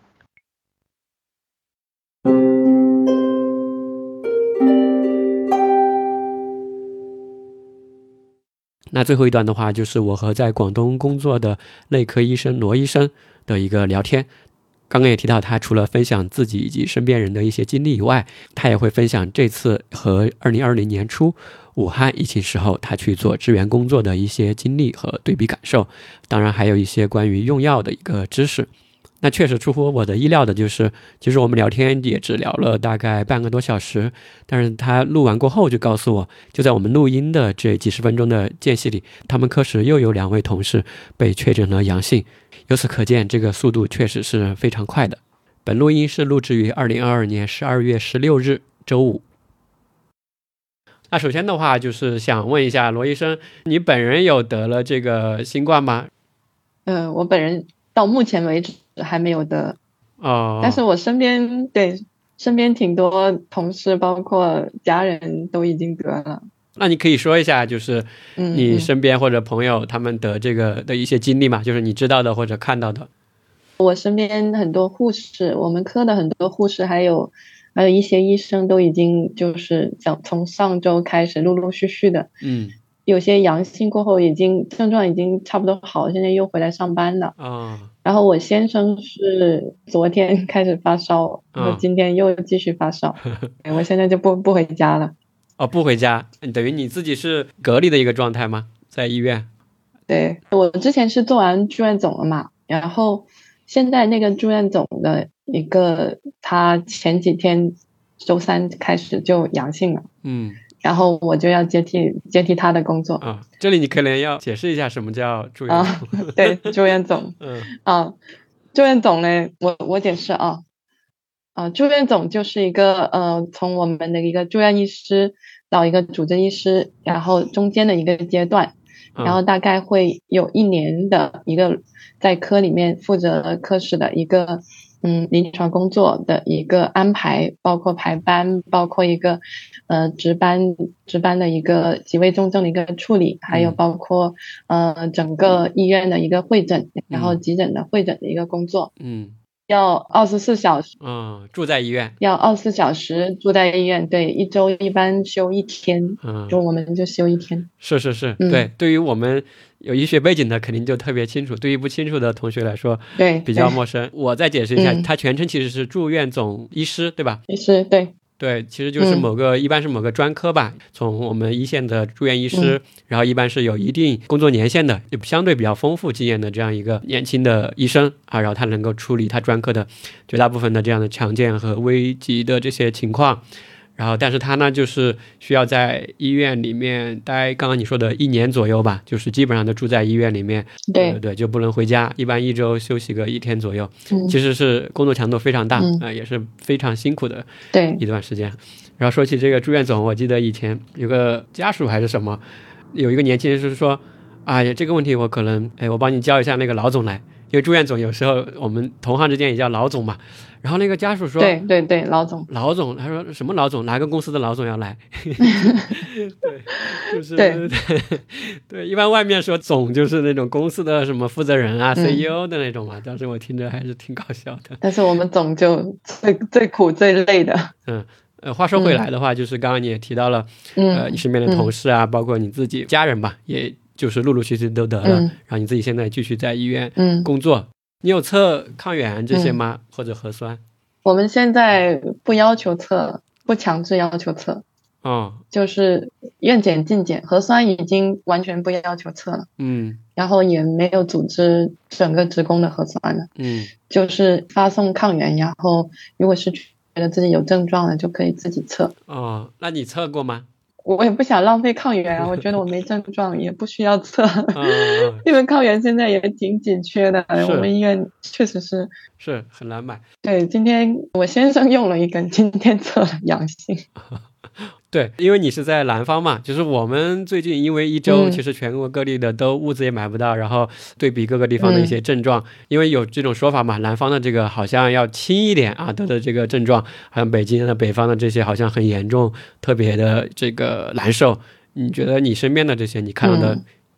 那最后一段的话，就是我和在广东工作的内科医生罗医生的一个聊天。刚刚也提到，他除了分享自己以及身边人的一些经历以外，他也会分享这次和二零二零年初武汉疫情时候他去做支援工作的一些经历和对比感受，当然还有一些关于用药的一个知识。那确实出乎我的意料的就是，其实我们聊天也只聊了大概半个多小时，但是他录完过后就告诉我，就在我们录音的这几十分钟的间隙里，他们科室又有两位同事被确诊了阳性。由此可见，这个速度确实是非常快的。本录音是录制于二零二二年十二月十六日周五。那首先的话，就是想问一下罗医生，你本人有得了这个新冠吗？ 嗯、呃，我本人到目前为止还没有得哦， 但是我身边对身边挺多同事包括家人都已经得了。 那你可以说一下，就是你身边或者朋友他们得这个的一些经历嘛，就是你知道的或者看到的。 我身边很多护士，我们科的很多护士还有还有一些医生都已经就是从上周开始陆陆续续的， 嗯， 有些阳性过后已经症状已经差不多好，现在又回来上班了。 哦， 然后我先生是昨天开始发烧，然后今天又继续发烧，哦、我现在就不不回家了。 哦，不回家，等于你自己是隔离的一个状态吗？在医院？ 对，我之前是做完住院总了嘛，然后现在那个住院总的一个，他前几天周三开始就阳性了， 嗯， 然后我就要接替接替他的工作啊。这里你可能要解释一下什么叫住院总。 啊、对，住院总， 嗯啊，住院总呢，我我解释啊。啊，住院总就是一个呃，从我们的一个住院医师到一个主治医师，然后中间的一个阶段，然后大概会有一年的一个在科里面负责科室的一个嗯临床工作的一个安排，包括排班，包括一个呃值班值班的一个几位重症的一个处理，还有包括呃整个医院的一个会诊，然后急诊的会诊的一个工作。 嗯。 要二十四小时， 嗯，住在医院， 要二十四小时住在医院，对，一周一般休一天， 嗯， 就我们就休一天。 是是是， 嗯、 对，对于我们有医学背景的肯定就特别清楚，对于不清楚的同学来说， 对， 比较陌生。我再解释一下， 嗯、 它全称其实是住院总医师，对吧？ 医师，对。 对，其实就是某个、嗯、一般是某个专科吧，从我们一线的住院医师、嗯、然后一般是有一定工作年限的，相对比较丰富经验的这样一个年轻的医生啊，然后他能够处理他专科的绝大部分的这样的常见和危急的这些情况，然后但是他呢就是需要在医院里面待刚刚你说的一年左右吧，就是基本上都住在医院里面， 对、 呃、对，就不能回家，一般一周休息个一天左右、 嗯、 其实是工作强度非常大、 嗯呃、也是非常辛苦的对一段时间。然后说起这个住院总，我记得以前有个家属还是什么，有一个年轻人是说，哎呀这个问题我可能哎我帮你叫一下那个老总来，因为住院总有时候我们同行之间也叫老总嘛。然后那个家属说， 对对对，老总， 老总，他说什么老总，哪个公司的老总要来？对，就是对对，一般外面说总就是那种公司的什么负责人啊、嗯、C E O 的那种嘛，当时我听着还是挺搞笑的。 但是我们总就最最苦最累的。 嗯。呃，话说回来的话、嗯、就是刚刚你也提到了、嗯、呃，你身边的同事啊、嗯、包括你自己家人吧，也就是陆陆续续都得了、嗯、然后你自己现在继续在医院工作、嗯、你有测抗原这些吗、嗯、或者核酸？ 我们现在不要求测，不强制要求测， 哦， 就是院检进检，核酸已经完全不要求测了， 嗯， 然后也没有组织整个职工的核酸了， 嗯， 就是发送抗原，然后如果是觉得自己有症状了就可以自己测。 哦，那你测过吗？ 我也不想浪费抗原啊，我觉得我没症状也不需要测、 嗯、 因为抗原现在也挺紧缺的，我们医院确实是是很难买。 对，今天我先生用了一根，今天测了阳性。 对，因为你是在南方嘛，就是我们最近因为一周、嗯、其实全国各地的都物资也买不到，然后对比各个地方的一些症状、嗯、因为有这种说法嘛，南方的这个好像要轻一点啊，得的这个症状好像北京的北方的这些好像很严重，特别的这个难受。你觉得你身边的这些你看到的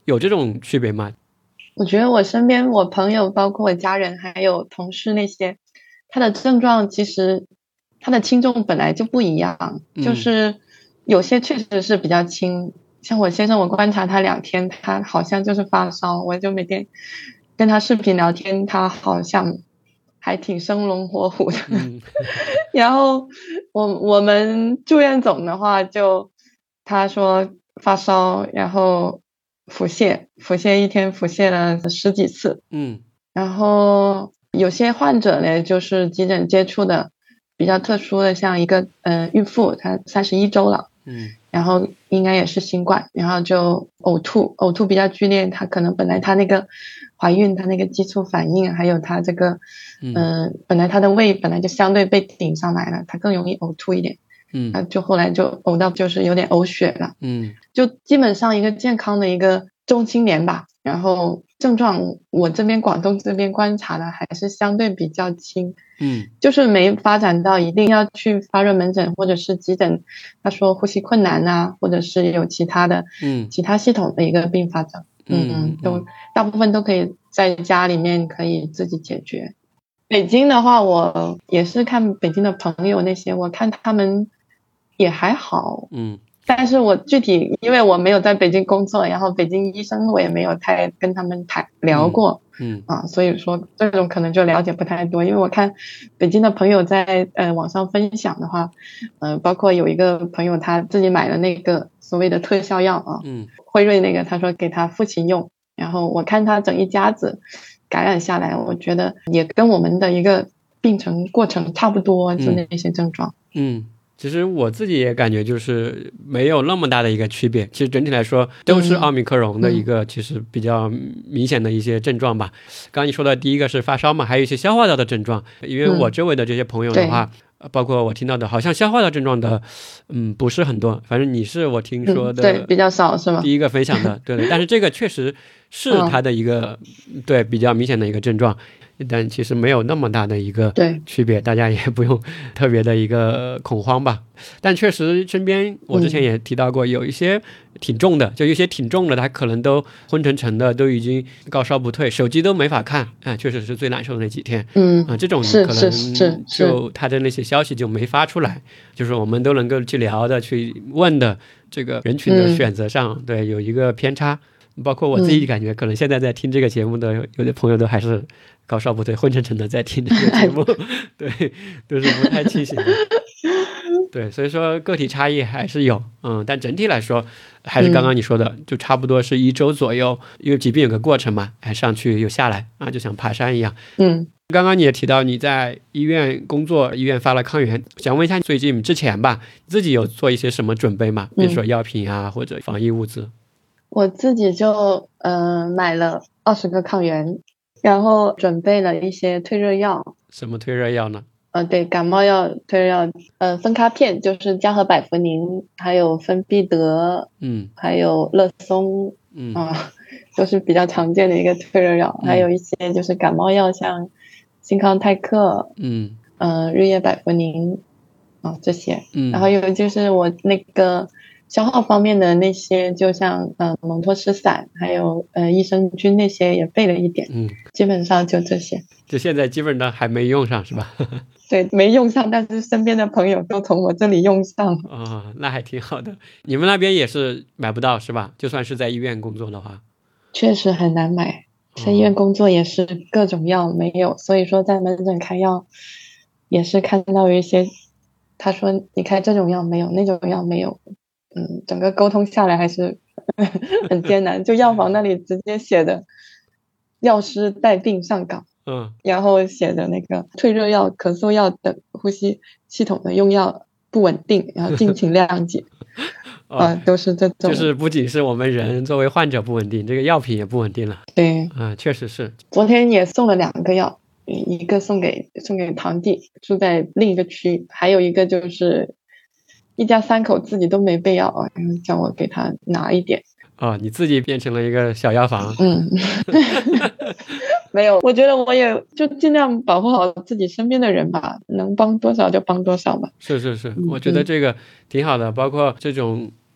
有这种区别吗？ 我觉得我身边我朋友包括我家人还有同事那些，他的症状其实他的轻重本来就不一样， 嗯、 就是有些确实是比较轻，像我先生我观察他两天他好像就是发烧，我就每天跟他视频聊天，他好像还挺生龙活虎的、 嗯、 然后我我们住院总的话就他说发烧，然后腹泻，腹泻一天腹泻了十几次， 嗯， 然后有些患者呢，就是急诊接触的比较特殊的，像一个呃孕妇，她三十一周了， 嗯， 然后应该也是新冠，然后就呕吐，呕吐比较剧烈，她可能本来她那个怀孕，她那个激素反应，还有她这个，嗯、呃，本来她的胃本来就相对被顶上来了，她更容易呕吐一点。嗯，就后来就呕到就是有点呕血了， 嗯， 就基本上一个健康的一个中青年吧，然后症状我这边广东这边观察的还是相对比较轻， 嗯， 就是没发展到一定要去发热门诊或者是急诊，他说呼吸困难啊，或者是有其他的，嗯，其他系统的一个并发症，嗯嗯，都大部分都可以在家里面可以自己解决。北京的话，我也是看北京的朋友那些，我看他们也还好， 嗯， 但是我具体因为我没有在北京工作，然后北京医生我也没有太跟他们谈聊过， 嗯, 嗯啊，所以说这种可能就了解不太多，因为我看北京的朋友在呃网上分享的话，呃，包括有一个朋友他自己买了那个所谓的特效药啊， 嗯， 辉瑞那个，他说给他父亲用，然后我看他整一家子感染下来，我觉得也跟我们的一个病程过程差不多，就那些症状， 嗯。嗯，其实我自己也感觉就是没有那么大的一个区别，其实整体来说都是奥密克戎的一个其实比较明显的一些症状吧。刚刚你说的第一个是发烧嘛，还有一些消化道的症状，因为我周围的这些朋友的话、嗯、包括我听到的好像消化道症状的嗯不是很多，反正你是我听说的、嗯、 对比较少是吗？ 第一个分享的对的，但是这个确实是它的一个、嗯、对比较明显的一个症状，但其实没有那么大的一个区别，大家也不用特别的一个恐慌吧。但确实身边我之前也提到过、嗯、有一些挺重的，就有一些挺重的他可能都昏沉沉的，都已经高烧不退，手机都没法看，哎，确实是最难受的那几天。 嗯啊、呃，这种可能就他的那些消息就没发出来，就是我们都能够去聊的去问的这个人群的选择上、嗯、对有一个偏差。包括我自己感觉、嗯、可能现在在听这个节目的有的朋友都还是高烧不退昏沉沉的在听这个节目对，都是不太清醒的对，所以说个体差异还是有，嗯，但整体来说还是刚刚你说的、嗯、就差不多是一周左右，因为疾病有个过程嘛，还上去又下来啊，就像爬山一样。 嗯， 刚刚你也提到你在医院工作，医院发了抗原，想问一下最近之前吧自己有做一些什么准备吗？比如说药品啊、嗯、或者防疫物资。 我自己就呃买了二十个抗原，然后准备了一些退热药。 什么退热药呢？ 呃，对，感冒药、退热药，呃，芬卡片就是嘉禾百福宁，还有芬必得， 嗯， 还有乐松， 嗯啊、呃，都是比较常见的一个退热药、嗯。还有一些就是感冒药，像新康泰克， 嗯， 呃，日夜百福宁，啊、呃，这些。 嗯， 然后有就是我那个。消耗方面的那些就像呃蒙脱石散还有呃益生菌那些也备了一点， 嗯， 基本上就这些， 就现在基本上还没用上是吧？ 对，没用上，但是身边的朋友都从我这里用上啊、哦，那还挺好的。你们那边也是买不到是吧？就算是在医院工作的话， 确实很难买，在医院工作也是各种药没有、哦、所以说在门诊开药也是看到有一些他说你开这种药没有，那种药没有，嗯，整个沟通下来还是很艰难。就药房那里直接写的药师带病上岗， 嗯， 然后写的那个退热药、咳嗽药等呼吸系统的用药不稳定，然后敬请谅解。 哦、 啊，都是这种， 就是不仅是我们人作为患者不稳定，这个药品也不稳定了。 对， 啊，确实是。 昨天也送了两个药，一个送给送给堂弟，住在另一个区，还有一个就是一家三口自己都没备药啊，然后叫我给他拿一点。 哦，你自己变成了一个小药房。 嗯，没有，我觉得我也就尽量保护好自己身边的人吧，能帮多少就帮多少吧。 是是是，我觉得这个挺好的，包括这种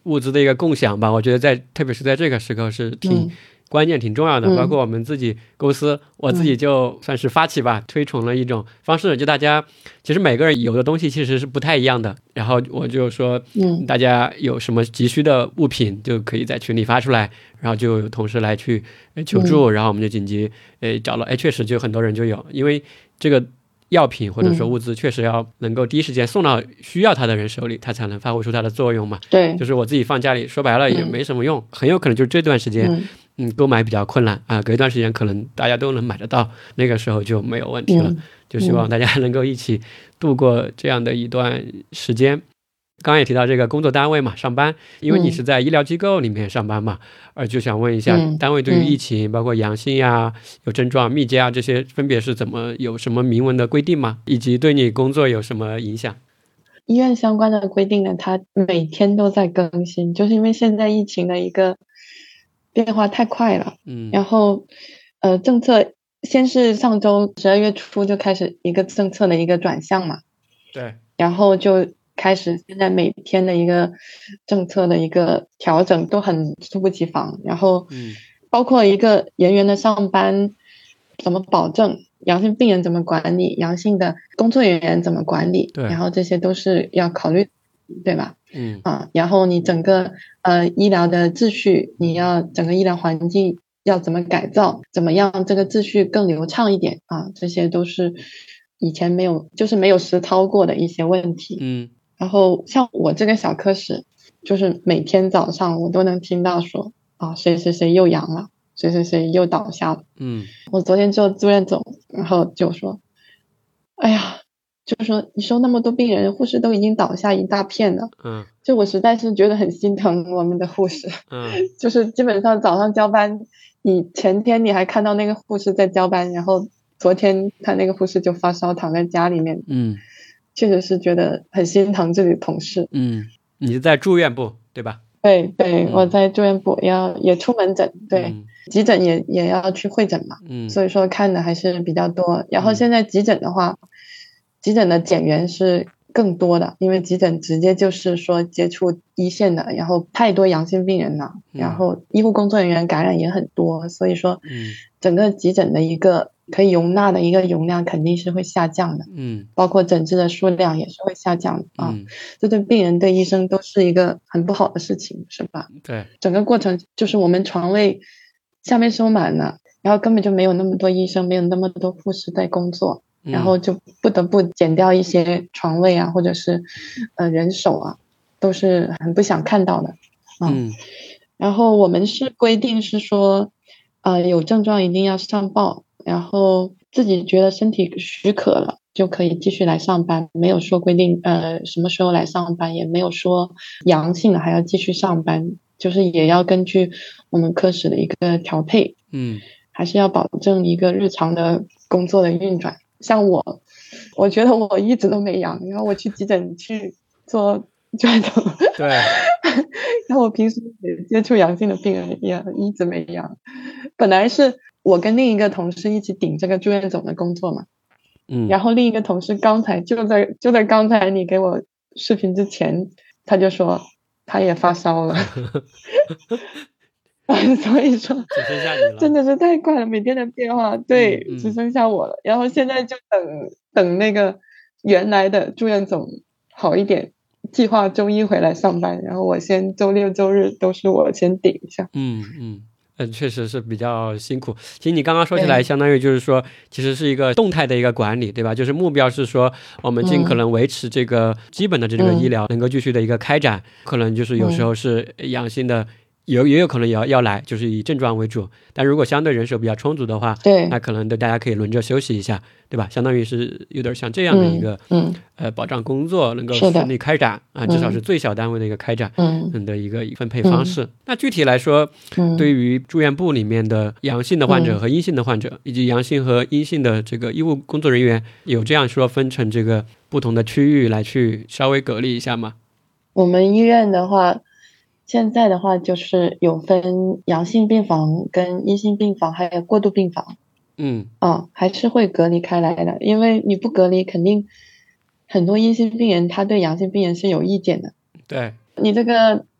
物资的一个共享吧，我觉得在特别是在这个时刻是挺、嗯关键挺重要的，包括我们自己公司、嗯、我自己就算是发起吧、嗯、推崇了一种方式，就大家其实每个人有的东西其实是不太一样的，然后我就说嗯，大家有什么急需的物品就可以在群里发出来，然后就有同事来去求助、嗯、然后我们就紧急呃找了，哎，确实就很多人就有，因为这个药品或者说物资确实要能够第一时间送到需要它的人手里，它才能发挥出它的作用嘛。对，就是我自己放家里说白了也没什么用、嗯、很有可能就是这段时间嗯嗯，购买比较困难啊，隔一段时间可能大家都能买得到，那个时候就没有问题了、嗯、就希望大家能够一起度过这样的一段时间、嗯、刚刚也提到这个工作单位嘛，上班，因为你是在医疗机构里面上班嘛，而、嗯、就想问一下、嗯、单位对于疫情、嗯、包括阳性呀、有症状密接啊这些分别是怎么，有什么明文的规定吗？以及对你工作有什么影响？ 医院相关的规定呢，它每天都在更新，就是因为现在疫情的一个变化太快了，嗯，然后呃，政策先是上周十二月初就开始一个政策的一个转向嘛， 对， 然后就开始现在每天的一个政策的一个调整都很猝不及防，然后嗯，包括一个人员的上班怎么保证，阳性病人怎么管理，阳性的工作人员怎么管理，对，然后这些都是要考虑，对吧？嗯啊，然后你整个呃医疗的秩序，你要整个医疗环境要怎么改造，怎么样这个秩序更流畅一点啊，这些都是以前没有就是没有实操过的一些问题。嗯，然后像我这个小科室，就是每天早上我都能听到说啊谁谁谁又阳了，谁谁谁又倒下了。嗯，我昨天做住院总，然后就说，哎呀。就是说你收那么多病人，护士都已经倒下一大片了，嗯，就我实在是觉得很心疼我们的护士，嗯，就是基本上早上交班，你前天你还看到那个护士在交班，然后昨天他那个护士就发烧躺在家里面，嗯，确实是觉得很心疼这里同事。 嗯，你是在住院部对吧？ 对对、嗯、我在住院部，要也出门诊，对、嗯、急诊也也要去会诊嘛，嗯，所以说看的还是比较多，然后现在急诊的话、嗯急诊的减员是更多的，因为急诊直接就是说接触一线的，然后太多阳性病人了、嗯、然后医护工作人员感染也很多，所以说整个急诊的一个可以容纳的一个容量肯定是会下降的，嗯，包括诊治的数量也是会下降的啊、嗯，这对病人对医生都是一个很不好的事情，是吧？ 对， 整个过程就是我们床位下面收满了，然后根本就没有那么多医生，没有那么多护士在工作，然后就不得不减掉一些床位啊，或者是呃人手啊，都是很不想看到的。嗯，然后我们是规定是说，呃有症状一定要上报，然后自己觉得身体许可了就可以继续来上班，没有说规定呃什么时候来上班，也没有说阳性了还要继续上班，就是也要根据我们科室的一个调配，嗯，还是要保证一个日常的工作的运转。像我我觉得我一直都没阳，然后我去急诊去做转诊，对，然后我平时也接触阳性的病人也一直没阳，本来是我跟另一个同事一起顶这个住院总的工作嘛，嗯，然后另一个同事刚才就在就在刚才你给我视频之前，他就说他也发烧了所以说只剩下你了， 真的是太快了，每天的变化，对、嗯嗯、只剩下我了，然后现在就等等那个原来的住院总好一点，计划周一回来上班，然后我先周六周日都是我先顶一下。 嗯嗯嗯，确实是比较辛苦。其实你刚刚说起来相当于就是说其实是一个动态的一个管理，对吧？就是目标是说我们尽可能维持这个基本的这个医疗能够继续的一个开展、嗯、可能就是有时候是阳性的有也有可能也要要来，就是以症状为主，但如果相对人手比较充足的话，对，那可能大家可以轮着休息一下，对吧？相当于是有点像这样的一个嗯呃保障工作能够顺利开展啊，至少是最小单位的一个开展嗯的一个分配方式、嗯、那具体来说、嗯、对于住院部里面的阳性的患者和阴性的患者、嗯、以及阳性和阴性的这个医务工作人员，有这样说分成这个不同的区域来去稍微隔离一下吗？ 我们医院的话现在的话就是有分阳性病房跟阴性病房还有过渡病房，嗯啊，还是会隔离开来的，因为你不隔离肯定很多阴性病人他对阳性病人是有意见的， 对， 你这个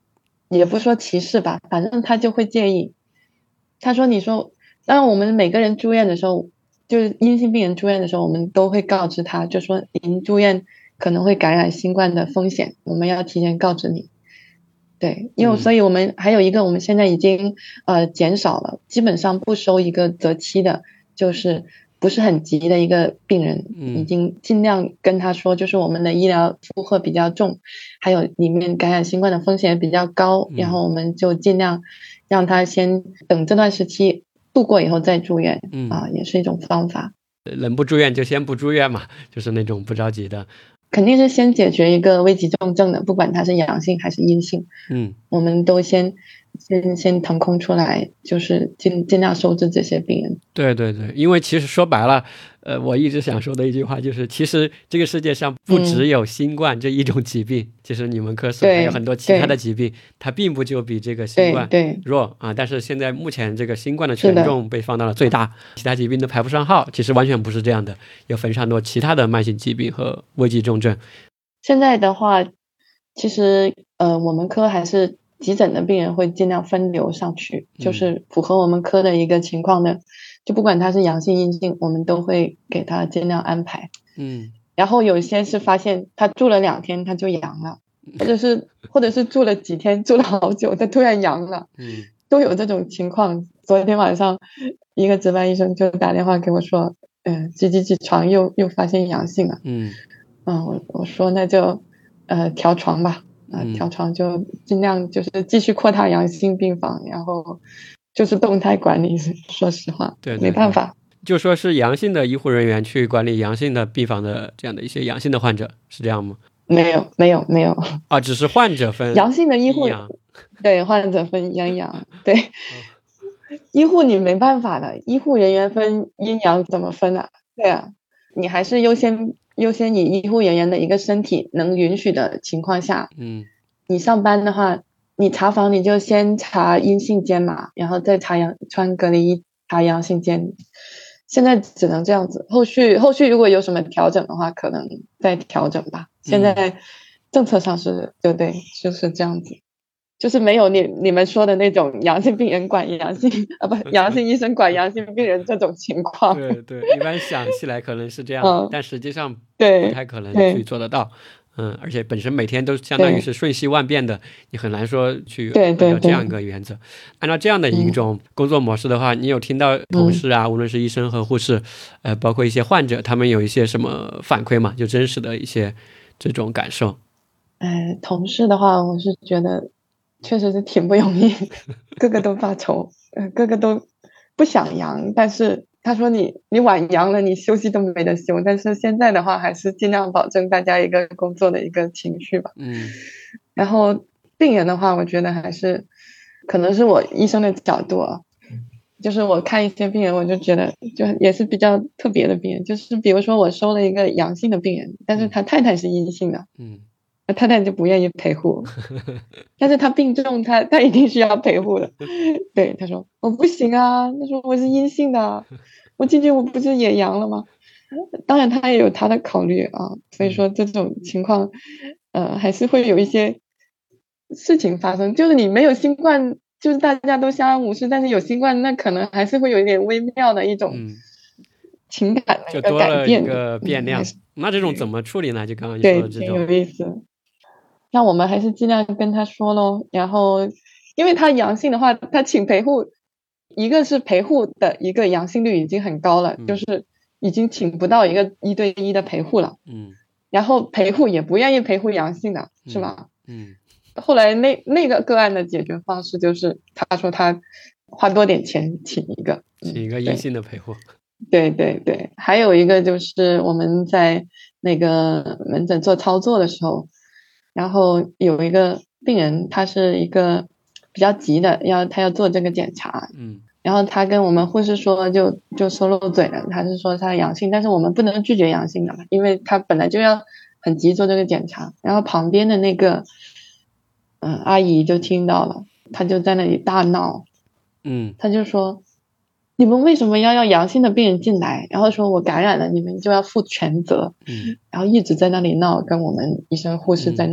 也不说歧视吧，反正他就会介意。他说你说当然我们每个人住院的时候，就是阴性病人住院的时候，我们都会告知他，就说您住院可能会感染新冠的风险，我们要提前告知你。对，因为所以我们还有一个我们现在已经呃减少了，基本上不收一个择期的，就是不是很急的一个病人，已经尽量跟他说，就是我们的医疗负荷比较重，还有里面感染新冠的风险比较高，然后我们就尽量让他先等这段时期度过以后再住院，嗯啊，也是一种方法。 能不住院就先不住院嘛，就是那种不着急的。 肯定是先解决一个危急重症的，不管它是阳性还是阴性，嗯，我们都先先先腾空出来，就是尽尽量收治这些病人。 对对对，因为其实说白了，呃，我一直想说的一句话就是，其实这个世界上不只有新冠这一种疾病，嗯、其实你们科室还有很多其他的疾病，它并不就比这个新冠弱啊。但是现在目前这个新冠的权重被放到了最大，其他疾病都排不上号。其实完全不是这样的，有非常多其他的慢性疾病和危急重症。 现在的话，其实呃，我们科还是急诊的病人会尽量分流上去，嗯、就是符合我们科的一个情况的，就不管他是阳性阴性，我们都会给他尽量安排。嗯，然后有些是发现他住了两天他就阳了，或者是或者是住了几天住了好久他突然阳了，嗯，都有这种情况。昨天晚上一个值班医生就打电话给我说，嗯，几几几床又又发现阳性了，嗯。嗯，我我说那就呃调床吧，啊、呃、调床就尽量就是继续扩大阳性病房，然后就是动态管理。说实话， 对，对， 没办法， 就说是阳性的医护人员去管理阳性的病房的这样的一些阳性的患者，是这样吗？ 没有，没有，没有啊，只是患者分阳性的医护，对，患者分阳阳，对，哦、医护你没办法的，医护人员分阴阳怎么分啊？对啊，你还是优先。优先以医护人员的一个身体能允许的情况下，嗯，你上班的话，你查房你就先查阴性间嘛，然后再查阳穿隔离衣查阳性间，现在只能这样子。后续后续如果有什么调整的话，可能再调整吧。现在政策上是对对，就是这样子。就是没有你你们说的那种阳性病人管阳性啊，不，阳性医生管阳性病人这种情况。 对对，一般想起来可能是这样，嗯、但实际上不太可能去做得到。嗯，而且本身每天都相当于是瞬息万变的，你很难说去按照这样一个原则。按照这样的一种工作模式的话，嗯、你有听到同事啊，嗯、无论是医生和护士，呃，包括一些患者，他们有一些什么反馈嘛？就真实的一些这种感受。 呃，同事的话，我是觉得。确实是挺不容易，个个都发愁，呃，个个都不想阳，但是他说你你晚阳了，你休息都没得休。但是现在的话，还是尽量保证大家一个工作的一个情绪吧。嗯，然后病人的话，我觉得还是可能是我医生的角度啊，就是我看一些病人，我就觉得就也是比较特别的病人，就是比如说我收了一个阳性的病人，但是他太太是阴性的，嗯。太太就不愿意陪护，但是他病重，他他一定是要陪护的。对，他说我不行啊，他说我是阴性的，我进去我不是也阳了吗？当然他也有他的考虑啊，所以说这种情况，呃，还是会有一些事情发生。就是你没有新冠，就是大家都相安无事，但是有新冠，那可能还是会有一点微妙的一种情感的一个改变， 就多了一个变量。嗯、那这种怎么处理呢？就刚刚你说的这种， 对，挺有意思。那我们还是尽量跟他说咯，然后因为他阳性的话，他请陪护，一个是陪护的一个阳性率已经很高了，嗯、就是已经请不到一个一对一的陪护了，嗯，然后陪护也不愿意陪护阳性的，嗯、是吧？嗯，后来那那个个案的解决方式就是他说他花多点钱请一个， 请一个阴性的陪护， 对对对，还有一个就是我们在那个门诊做操作的时候。然后有一个病人，他是一个比较急的，要他要做这个检查，嗯，然后他跟我们护士说就就说漏嘴了，他是说他阳性，但是我们不能拒绝阳性的嘛，因为他本来就要很急做这个检查。然后旁边的那个嗯、呃、阿姨就听到了，他就在那里大闹，嗯，他就说你们为什么要要阳性的病人进来？然后说我感染了，你们就要负全责。嗯，然后一直在那里闹，跟我们医生护士在闹。嗯、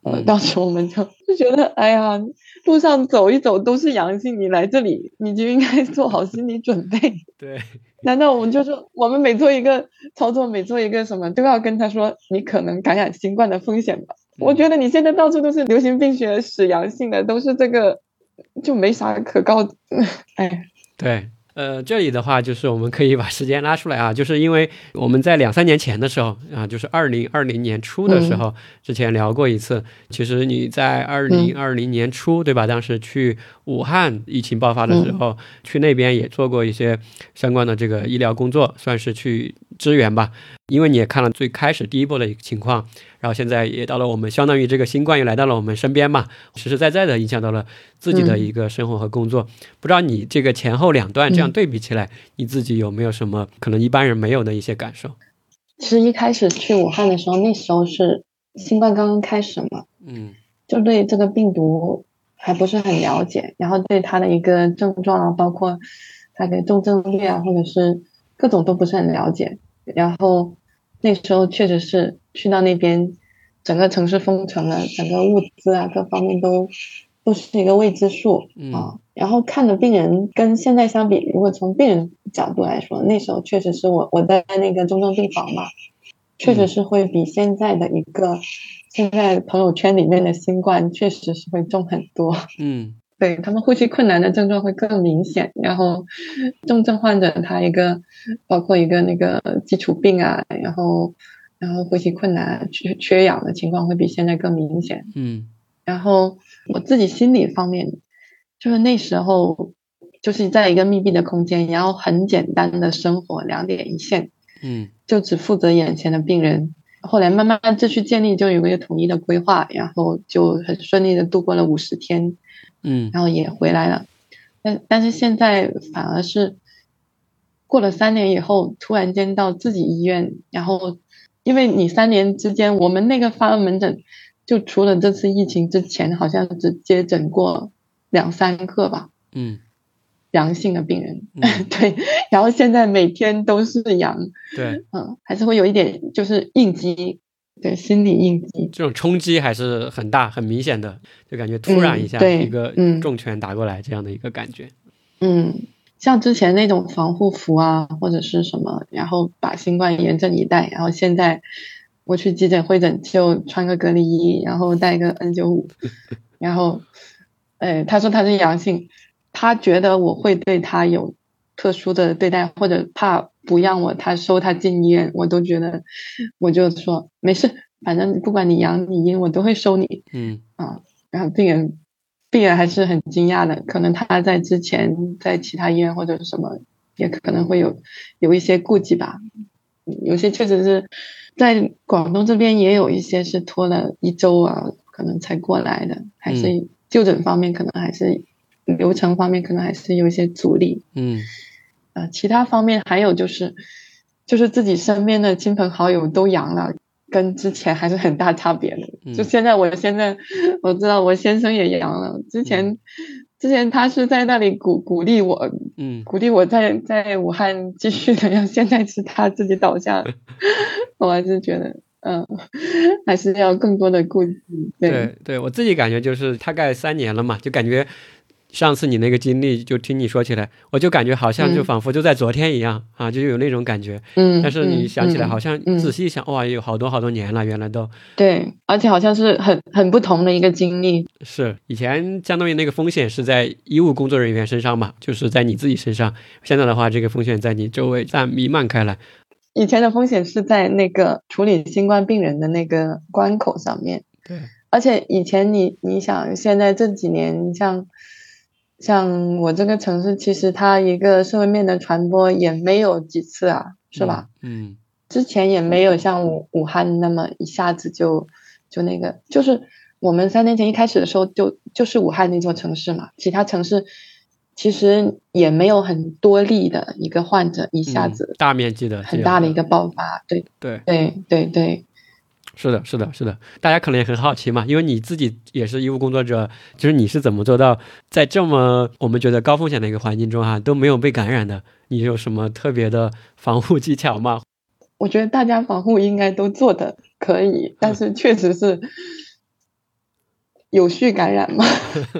呃，当时我们就就觉得，哎呀，路上走一走都是阳性，你来这里你就应该做好心理准备。 对， 难道我们就说我们每做一个操作，每做一个什么都要跟他说你可能感染新冠的风险吧？嗯、我觉得你现在到处都是流行病学使阳性的，都是这个，就没啥可告的。哎， 对。呃，这里的话就是我们可以把时间拉出来啊，就是因为我们在两三年前的时候啊，就是二零二零年初的时候，嗯、之前聊过一次。其实你在二零二零年初，嗯、对吧？当时去武汉疫情爆发的时候，嗯、去那边也做过一些相关的这个医疗工作，算是去支援吧。因为你也看了最开始第一波的一个情况，然后现在也到了我们相当于这个新冠又来到了我们身边嘛，实实在在的影响到了自己的一个生活和工作。嗯、不知道你这个前后两段这样对比起来，嗯、你自己有没有什么可能一般人没有的一些感受？ 其实一开始去武汉的时候，那时候是新冠刚刚开始嘛，嗯，就对这个病毒还不是很了解，然后对它的一个症状啊，包括它的重症率啊，或者是各种都不是很了解，然后那时候确实是去到那边，整个城市封城了，整个物资啊各方面都都是一个未知数、嗯、啊。然后看的病人跟现在相比，如果从病人角度来说，那时候确实是我我在那个重症病房嘛，确实是会比现在的一个、嗯、现在朋友圈里面的新冠确实是会重很多。嗯。对，他们呼吸困难的症状会更明显，然后重症患者他一个包括一个那个基础病啊，然后然后呼吸困难缺缺氧的情况会比现在更明显。嗯，然后我自己心理方面，就是那时候就是在一个密闭的空间，然后很简单的生活，两点一线，嗯，就只负责眼前的病人。后来慢慢秩序建立，就有一个统一的规划，然后就很顺利的度过了五十天。嗯，然后也回来了，但但是现在反而是过了三年以后，突然间到自己医院，然后因为你三年之间，我们那个发热门诊就除了这次疫情之前，好像只接诊过两三个吧，嗯，阳性的病人，嗯、对，然后现在每天都是阳，对，嗯，还是会有一点就是应激。对，心理应激这种冲击还是很大很明显的，就感觉突然一下一个重拳打过来这样的一个感觉。 嗯, 嗯，像之前那种防护服啊或者是什么，然后把新冠严阵以待，然后现在我去急诊会诊就穿个隔离衣，然后带个 N 九十五 然后呃，他说他是阳性，他觉得我会对他有特殊的对待，或者怕不让我他收他进医院，我都觉得我就说没事，反正不管你阳你阴我都会收你。嗯啊，然后病人病人还是很惊讶的，可能他在之前在其他医院或者什么也可能会有有一些顾忌吧，有些确实是在广东这边也有一些是拖了一周啊可能才过来的，还是就诊方面可能还是流程方面可能还是有一些阻力。嗯，呃，其他方面还有就是就是自己身边的亲朋好友都阳了，跟之前还是很大差别的。嗯、就现在我现在我知道我先生也阳了，之前、嗯、之前他是在那里鼓鼓励我，嗯，鼓励我在在武汉继续的，然后现在是他自己倒下了我还是觉得嗯，还是要更多的顾忌。 对 对, 对，我自己感觉就是大概三年了嘛，就感觉上次你那个经历就听你说起来，我就感觉好像就仿佛就在昨天一样、嗯、啊，就有那种感觉。嗯，但是你想起来好像仔细想、嗯、哇，有好多好多年了，原来都对，而且好像是很很不同的一个经历。 是以前相当于那个风险是在医务工作人员身上嘛，就是在你自己身上，现在的话这个风险在你周围在弥漫开来。 以前的风险是在那个处理新冠病人的那个关口上面。对，而且以前你你想现在这几年像像我这个城市，其实它一个社会面的传播也没有几次啊，是吧？ 嗯, 嗯，之前也没有像武武汉那么一下子就就那个，就是我们三年前一开始的时候就就是武汉那座城市嘛，其他城市其实也没有很多例的一个患者一下子、 嗯、大面积的很大的一个爆发。对对对对对， 是的是的是的，大家可能也很好奇嘛，因为你自己也是医务工作者，就是你是怎么做到在这么我们觉得高风险的一个环境中啊都没有被感染的，你有什么特别的防护技巧吗？ 我觉得大家防护应该都做的可以，但是确实是有序感染嘛。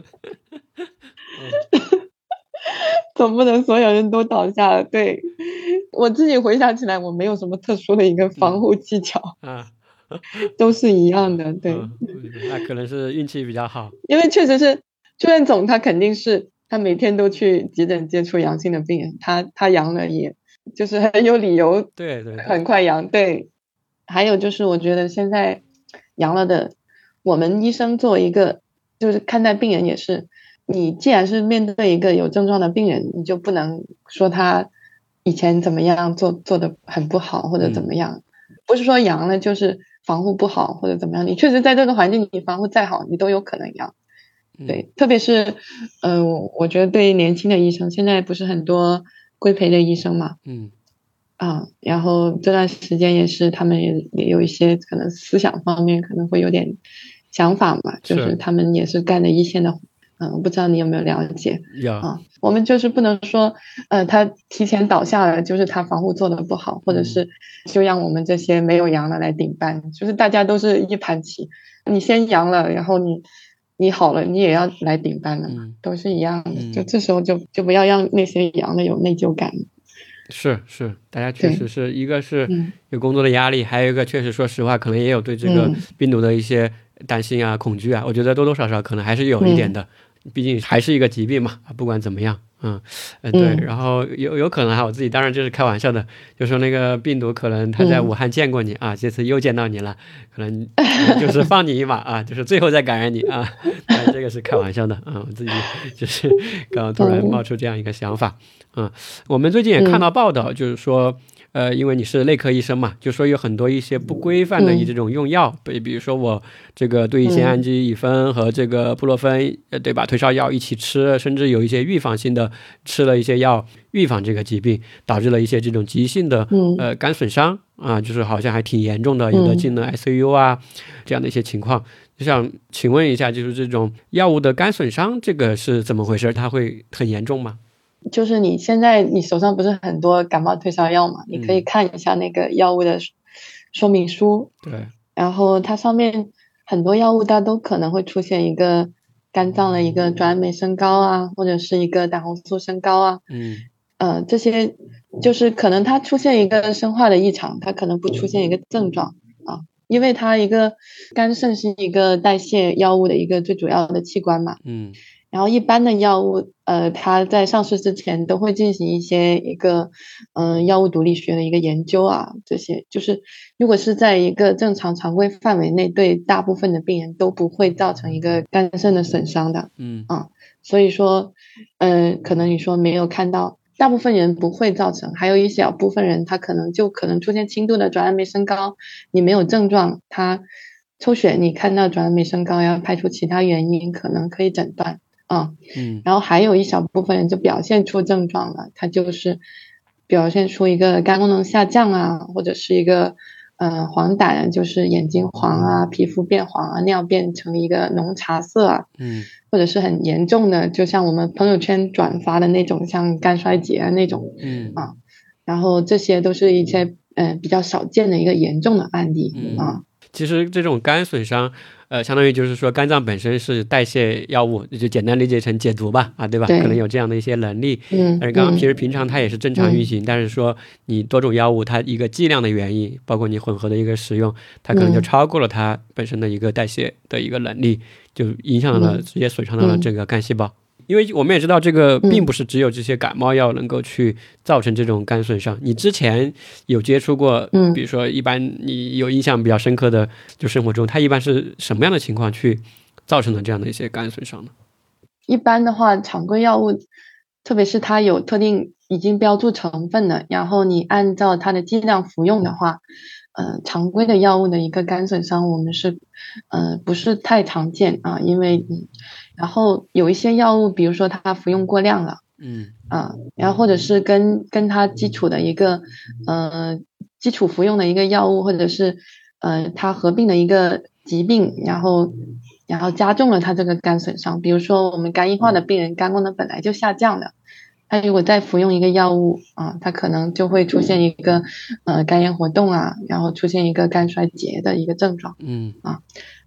总不能所有人都倒下了。对，我自己回想起来，我没有什么特殊的一个防护技巧，嗯、都是一样的。对、嗯， 那可能是运气比较好， 因为确实是朱院总，他肯定是他每天都去急诊接触阳性的病人，他他阳了也就是很有理由， 对对， 很快阳。对，还有就是我觉得现在阳了的，我们医生作为一个就是看待病人也是。你既然是面对一个有症状的病人，你就不能说他以前怎么样做做的很不好或者怎么样、嗯、不是说阳了就是防护不好或者怎么样，你确实在这个环境你防护再好你都有可能阳、嗯、对，特别是嗯、呃，我觉得对于年轻的医生，现在不是很多规培的医生嘛，嗯啊，然后这段时间也是他们也也有一些可能思想方面可能会有点想法嘛，就是他们也是干的一线的嗯，我不知道你有没有了解？ 有啊，我们就是不能说，呃，他提前倒下了，就是他防护做得不好，或者是就让我们这些没有阳的来顶班，就是大家都是一盘棋，你先阳了，然后你你好了，你也要来顶班了嘛，嗯、都是一样的。嗯、就这时候就就不要让那些阳的有内疚感。 是是，大家确实是一个是有工作的压力，还有一个确实说实话，可能也有对这个病毒的一些担心啊、恐惧啊，我觉得多多少少可能还是有一点的。嗯毕竟还是一个疾病嘛，不管怎么样，嗯，呃，对，然后有有可能哈，我自己当然就是开玩笑的，就说那个病毒可能他在武汉见过你、嗯、啊，这次又见到你了，可能就是放你一马啊，就是最后再感染你啊，但这个是开玩笑的啊，我自己就是刚刚突然冒出这样一个想法，嗯，我们最近也看到报道，就是说。呃，因为你是内科医生嘛，就说有很多一些不规范的这种用药，比、嗯、比如说我这个对乙酰氨基乙酚和这个布洛芬，呃，对吧？退烧药一起吃，甚至有一些预防性的吃了一些药预防这个疾病，导致了一些这种急性的呃肝损伤啊，就是好像还挺严重的，有的进了 I C U 啊、嗯、这样的一些情况。就想请问一下，就是这种药物的肝损伤，这个是怎么回事？它会很严重吗？ 就是你现在你手上不是很多感冒退烧药嘛、嗯、你可以看一下那个药物的说明书， 对，然后它上面很多药物它都可能会出现一个肝脏的一个转氨酶升高啊，或者是一个胆红素升高啊，嗯，呃，这些就是可能它出现一个生化的异常，它可能不出现一个症状啊，因为它一个肝肾是一个代谢药物的一个最主要的器官嘛，嗯。然后一般的药物，呃，它在上市之前都会进行一些一个，嗯、呃，药物毒理学的一个研究啊，这些就是如果是在一个正常常规范围内，对大部分的病人都不会造成一个肝肾的损伤的，嗯啊，所以说，嗯、呃，可能你说没有看到，大部分人不会造成，还有一小部分人他可能就可能出现轻度的转氨酶升高，你没有症状，他抽血你看到转氨酶升高，要排除其他原因，可能可以诊断。嗯嗯，然后还有一小部分人就表现出症状了，他就是表现出一个肝功能下降啊，或者是一个呃黄疸，就是眼睛黄啊，皮肤变黄啊，尿变成一个浓茶色啊，嗯，或者是很严重的，就像我们朋友圈转发的那种，像肝衰竭那种，嗯啊，然后这些都是一些呃比较少见的一个严重的案例、嗯、啊。 其实这种肝损伤呃，相当于就是说肝脏本身是代谢药物，就简单理解成解毒吧，啊，对吧？对，可能有这样的一些能力。嗯，但是刚刚其实平常它也是正常运行、嗯，但是说你多种药物它一个剂量的原因，包括你混合的一个使用，它可能就超过了它本身的一个代谢的一个能力，就影响了、嗯、直接损伤到了这个肝细胞。嗯，因为我们也知道这个并不是只有这些感冒药能够去造成这种肝损伤、嗯、你之前有接触过、嗯、比如说一般你有印象比较深刻的就生活中它一般是什么样的情况去造成的这样的一些肝损伤呢？ 一般的话常规药物特别是它有特定已经标注成分的，然后你按照它的剂量服用的话呃，常规的药物的一个肝损伤我们是呃不是太常见啊，因为你然后有一些药物比如说它服用过量了，嗯啊，然后或者是跟跟它基础的一个呃基础服用的一个药物，或者是呃它合并的一个疾病，然后然后加重了它这个肝损伤，比如说我们肝硬化的病人肝功能本来就下降的，他如果再服用一个药物啊，他可能就会出现一个呃肝炎活动啊，然后出现一个肝衰竭的一个症状，嗯啊，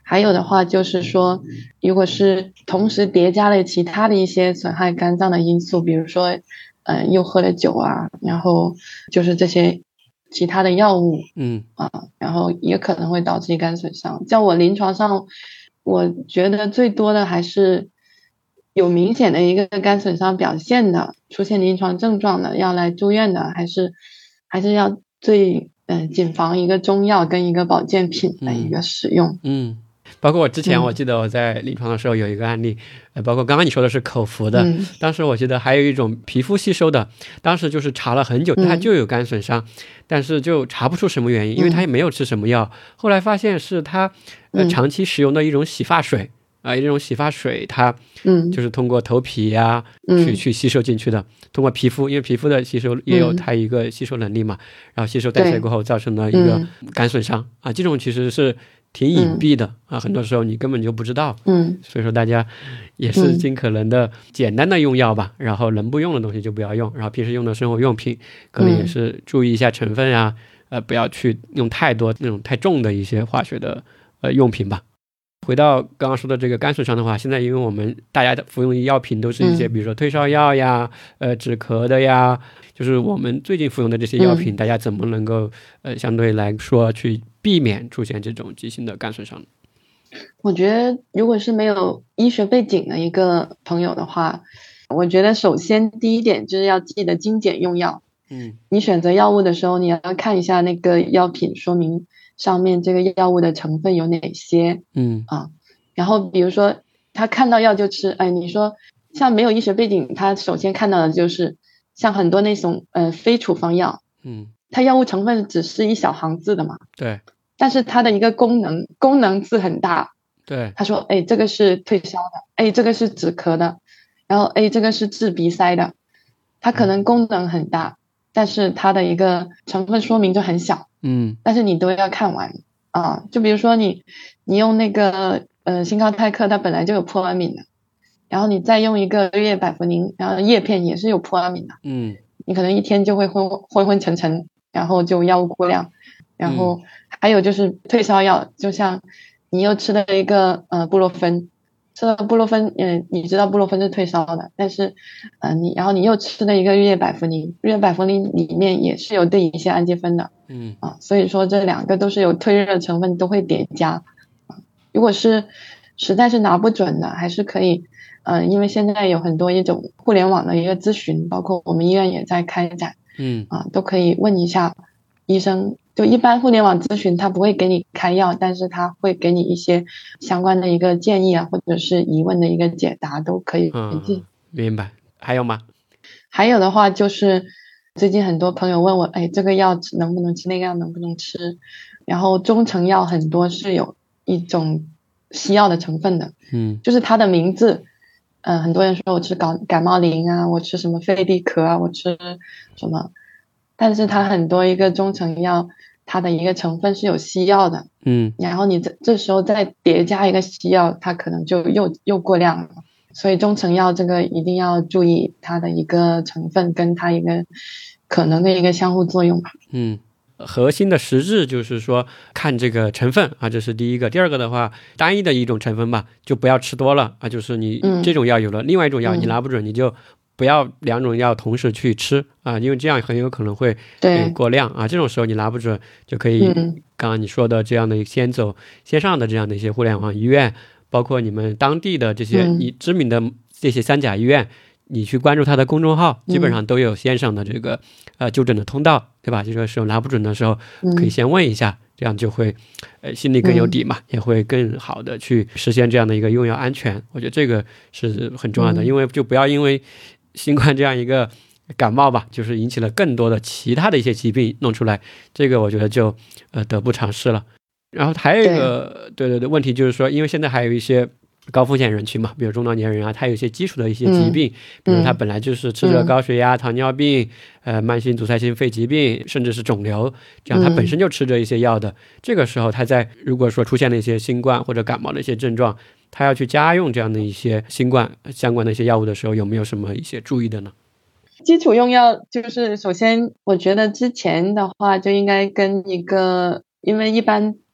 还有的话就是说，如果是同时叠加了其他的一些损害肝脏的因素，比如说，呃，又喝了酒啊，然后就是这些其他的药物， 嗯啊，然后也可能会导致肝损伤。在我临床上，我觉得最多的还是有明显的一个肝损伤表现的，出现临床症状的，要来住院的，还是还是要最嗯谨防一个中药跟一个保健品的一个使用。 嗯。嗯包括我之前我记得我在临床的时候有一个案例、嗯、呃，包括刚刚你说的是口服的、嗯、当时我记得还有一种皮肤吸收的，当时就是查了很久它就有肝损伤、嗯、但是就查不出什么原因，因为他也没有吃什么药、嗯、后来发现是他呃长期使用的一种洗发水啊、呃，一种洗发水它嗯就是通过头皮呀、啊嗯、去去吸收进去的，通过皮肤，因为皮肤的吸收也有它一个吸收能力嘛、嗯、然后吸收代谢过后造成了一个肝损伤、嗯、啊，这种其实是挺隐蔽的、嗯、啊，很多时候你根本就不知道，嗯，所以说大家也是尽可能的简单的用药吧、嗯、然后能不用的东西就不要用，然后平时用的生活用品可能也是注意一下成分啊、嗯、呃，不要去用太多那种太重的一些化学的呃用品吧。回到刚刚说的这个肝损伤的话，现在因为我们大家的服用的药品都是一些、嗯、比如说退烧药呀，呃止咳的呀，就是我们最近服用的这些药品、嗯、大家怎么能够呃相对来说去避免出现这种急性的肝损伤？ 我觉得如果是没有医学背景的一个朋友的话，我觉得首先第一点就是要记得精简用药。嗯，你选择药物的时候，你要看一下那个药品说明上面这个药物的成分有哪些，嗯啊，然后比如说他看到药就吃，哎，你说像没有医学背景，他首先看到的就是像很多那种呃非处方药，嗯，它药物成分只是一小行字的嘛， 对， 但是它的一个功能功能字很大， 对， 他说哎这个是退烧的，哎这个是止咳的，然后哎这个是治鼻塞的，它可能功能很大。嗯，但是它的一个成分说明就很小，嗯，但是你都要看完啊。就比如说你你用那个呃新康泰克，它本来就有扑阿敏的，然后你再用一个日月百服宁，然后叶片也是有扑阿敏的，嗯，你可能一天就会昏昏昏沉沉，然后就药物过量，然后还有就是退烧药，就像你又吃了一个呃布洛芬。吃了布洛芬，嗯，你知道布洛芬是退烧的，但是，呃，你然后你又吃了一个日月百服宁，日月百服宁里面也是有对乙酰氨基酚的，嗯啊，所以说这两个都是有退热成分，都会叠加。啊，如果是实在是拿不准的，还是可以，呃，因为现在有很多一种互联网的一个咨询，包括我们医院也在开展，嗯啊，都可以问一下医生。就一般互联网咨询他不会给你开药，但是他会给你一些相关的一个建议啊，或者是疑问的一个解答都可以。 嗯，明白。还有吗？ 还有的话就是最近很多朋友问我，哎，这个药能不能吃，那个药能不能吃，然后中成药很多是有一种西药的成分的，嗯，就是它的名字，嗯、呃，很多人说我吃感感冒灵啊，我吃什么肺地壳啊，我吃什么，但是它很多一个中成药它的一个成分是有西药的，嗯，然后你这这时候再叠加一个西药，它可能就又又过量了，所以中成药这个一定要注意它的一个成分跟它一个可能的一个相互作用吧。 嗯，核心的实质就是说看这个成分啊，这是第一个。第二个的话，单一的一种成分吧，就不要吃多了啊，就是你这种药有了、嗯、另外一种药你拿不准，你就不要两种药同时去吃啊，因为这样很有可能会对、呃、过量啊。这种时候你拿不准，就可以、嗯、刚刚你说的这样的先走线上的这样的一些互联网医院，包括你们当地的这些你知名的这些三甲医院，你去关注他的公众号，基本上都有线上的这个呃就诊的通道，对吧？这个时候拿不准的时候可以先问一下，这样就会呃心里更有底嘛，也会更好的去实现这样的一个用药安全。我觉得这个是很重要的，因为就不要因为新冠这样一个感冒吧，就是引起了更多的其他的一些疾病弄出来，这个我觉得就呃得不偿失了。然后还有一个对对对问题就是说，因为现在还有一些高风险人群嘛，比如中老年人啊，他有一些基础的一些疾病、嗯、比如他本来就是吃着高血压、嗯、糖尿病呃慢性阻塞性肺疾病，甚至是肿瘤，这样他本身就吃着一些药的、嗯、这个时候他在如果说出现了一些新冠或者感冒的一些症状，他要去家用这样的一些新冠相关的一些药物的时候，有没有什么一些注意的呢？ 基础用药就是首先我觉得之前的话就应该跟一个，因为一般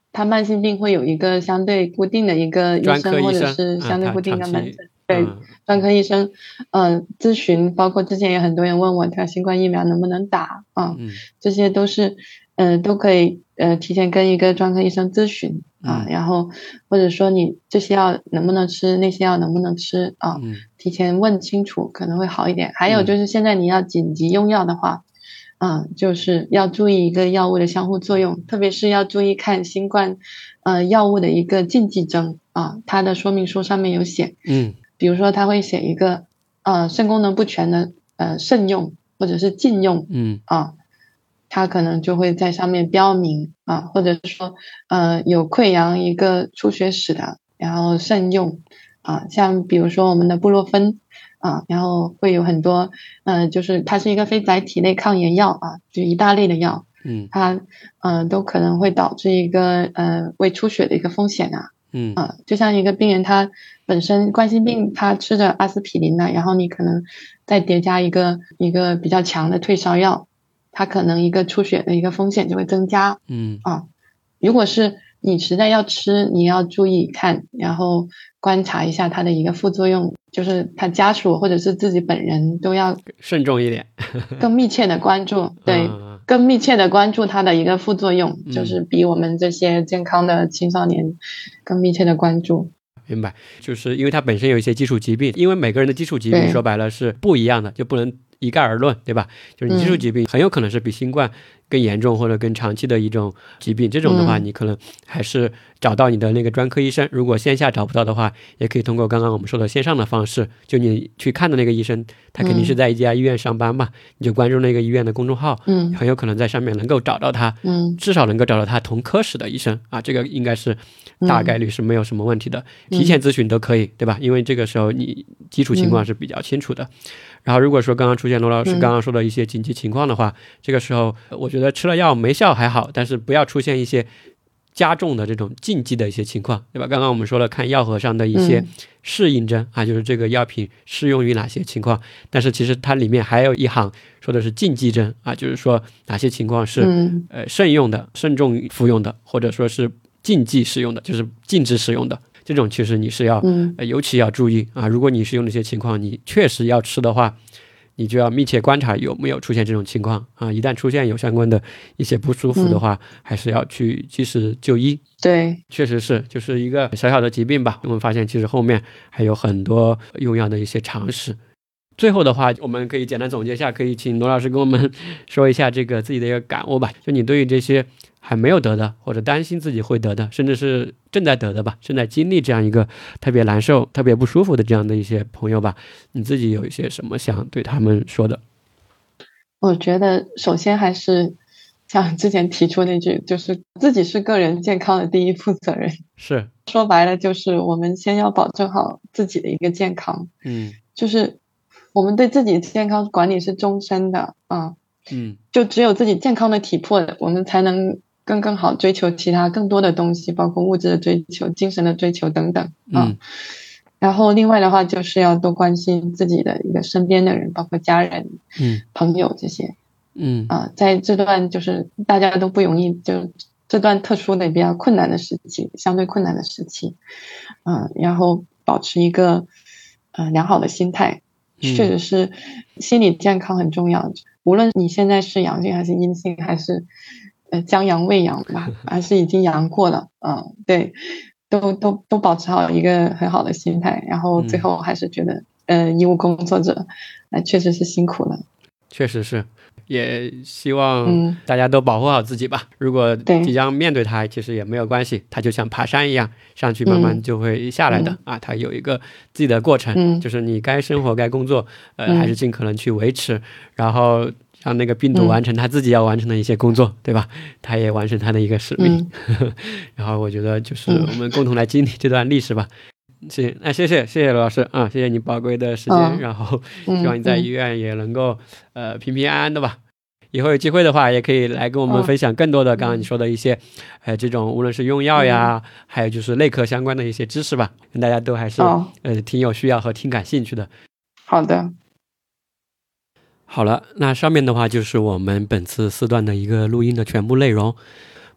他慢性病会有一个相对固定的一个医生，或者是相对固定的门诊，嗯、对、嗯，专科医生，呃，咨询，包括之前也很多人问我，他新冠疫苗能不能打啊、嗯？这些都是，呃，都可以呃提前跟一个专科医生咨询啊、嗯，然后或者说你这些药能不能吃，那些药能不能吃啊、嗯？提前问清楚可能会好一点。还有就是现在你要紧急用药的话。嗯，就是要注意一个药物的相互作用，特别是要注意看新冠，呃，药物的一个禁忌症啊，它的说明书上面有写， 嗯， 比如说它会写一个，呃，肾功能不全的，呃，慎用或者是禁用， 嗯啊，它可能就会在上面标明啊，或者说，呃，有溃疡一个出血史的，然后慎用，啊，像比如说我们的布洛芬。啊，然后会有很多，呃，就是它是一个非甾体内抗炎药啊，就一大类的药， 嗯， 它，呃，都可能会导致一个呃胃出血的一个风险啊， 嗯， 啊，就像一个病人他本身冠心病，他吃着阿司匹林呢，然后你可能再叠加一个一个比较强的退烧药，它可能一个出血的一个风险就会增加， 嗯， 啊，如果是你实在要吃，你要注意看，然后观察一下它的一个副作用，就是他家属或者是自己本人都要慎重一点， 更密切的关注，对， 嗯、 更密切的关注它的一个副作用、 嗯， 就是比我们这些健康的青少年更密切的关注。 明白，就是因为它本身有一些基础疾病，因为每个人的基础疾病说白了是不一样的，就不能一概而论，对吧？就是你基础疾病很有可能是比新冠更严重或者更长期的一种疾病，这种的话你可能还是找到你的那个专科医生，如果线下找不到的话，也可以通过刚刚我们说的线上的方式，就你去看的那个医生他肯定是在一家医院上班嘛，你就关注那个医院的公众号， 嗯， 很有可能在上面能够找到他， 嗯， 至少能够找到他同科室的医生啊，这个应该是大概率是没有什么问题的，提前咨询都可以，对吧？因为这个时候你基础情况是比较清楚的。然后如果说刚刚出现罗老师刚刚说的一些紧急情况的话，这个时候我觉得吃了药没效还好，但是不要出现一些加重的这种禁忌的一些情况，对吧？刚刚我们说了看药盒上的一些适应症、嗯、啊，就是这个药品适用于哪些情况，但是其实它里面还有一行说的是禁忌症啊，就是说哪些情况是、嗯、呃慎用的、慎重服用的，或者说是禁忌使用的，就是禁止使用的。这种其实你是要、 嗯呃、尤其要注意啊！如果你使用这些情况，你确实要吃的话，你就要密切观察有没有出现这种情况啊！一旦出现有相关的一些不舒服的话，嗯、还是要去及时就医。 对， 确实是，就是一个小小的疾病吧。我们发现其实后面还有很多用药的一些常识。最后的话，我们可以简单总结一下，可以请罗老师跟我们说一下这个自己的一个感悟吧。就你对于这些还没有得的，或者担心自己会得的，甚至是正在得的吧，正在经历这样一个特别难受、特别不舒服的这样的一些朋友吧，你自己有一些什么想对他们说的？ 我觉得首先还是像之前提出那句，就是自己是个人健康的第一负责人。 是， 说白了就是我们先要保证好自己的一个健康。 嗯， 就是我们对自己健康管理是终身的啊。 嗯， 就只有自己健康的体魄，我们才能更更好追求其他更多的东西，包括物质的追求、精神的追求等等啊。 嗯， 然后另外的话就是要多关心自己的一个身边的人，包括家人、 嗯、 朋友这些。 嗯啊，在这段就是大家都不容易，就这段特殊的比较困难的时期，相对困难的时期，嗯，然后保持一个呃良好的心态，确实是心理健康很重要。无论你现在是阳性还是阴性，还是呃将阳未阳吧，还是已经阳过了，嗯，对，都都都保持好一个很好的心态，然后最后还是觉得，嗯、呃，医务工作者，呃，确实是辛苦了。 确实是，也希望大家都保护好自己吧。嗯、如果即将面对它，其实也没有关系，它就像爬山一样，上去慢慢就会下来的、嗯、啊。它有一个自己的过程， 嗯、 就是你该生活该工作，呃，嗯、还是尽可能去维持，然后让那个病毒完成它自己要完成的一些工作，嗯、对吧？它也完成它的一个使命。嗯、然后我觉得就是我们共同来经历这段历史吧。行，那谢谢谢谢罗老师啊，谢谢你宝贵的时间，哦、然后希望你在医院也能够、嗯、呃平平安安的吧。以后有机会的话，也可以来跟我们分享更多的刚刚你说的一些，呃，这种无论是用药呀，嗯、还有就是内科相关的一些知识吧，跟大家都还是、哦、呃挺有需要和挺感兴趣的。 好的。 好了，那上面的话就是我们本次四段的一个录音的全部内容。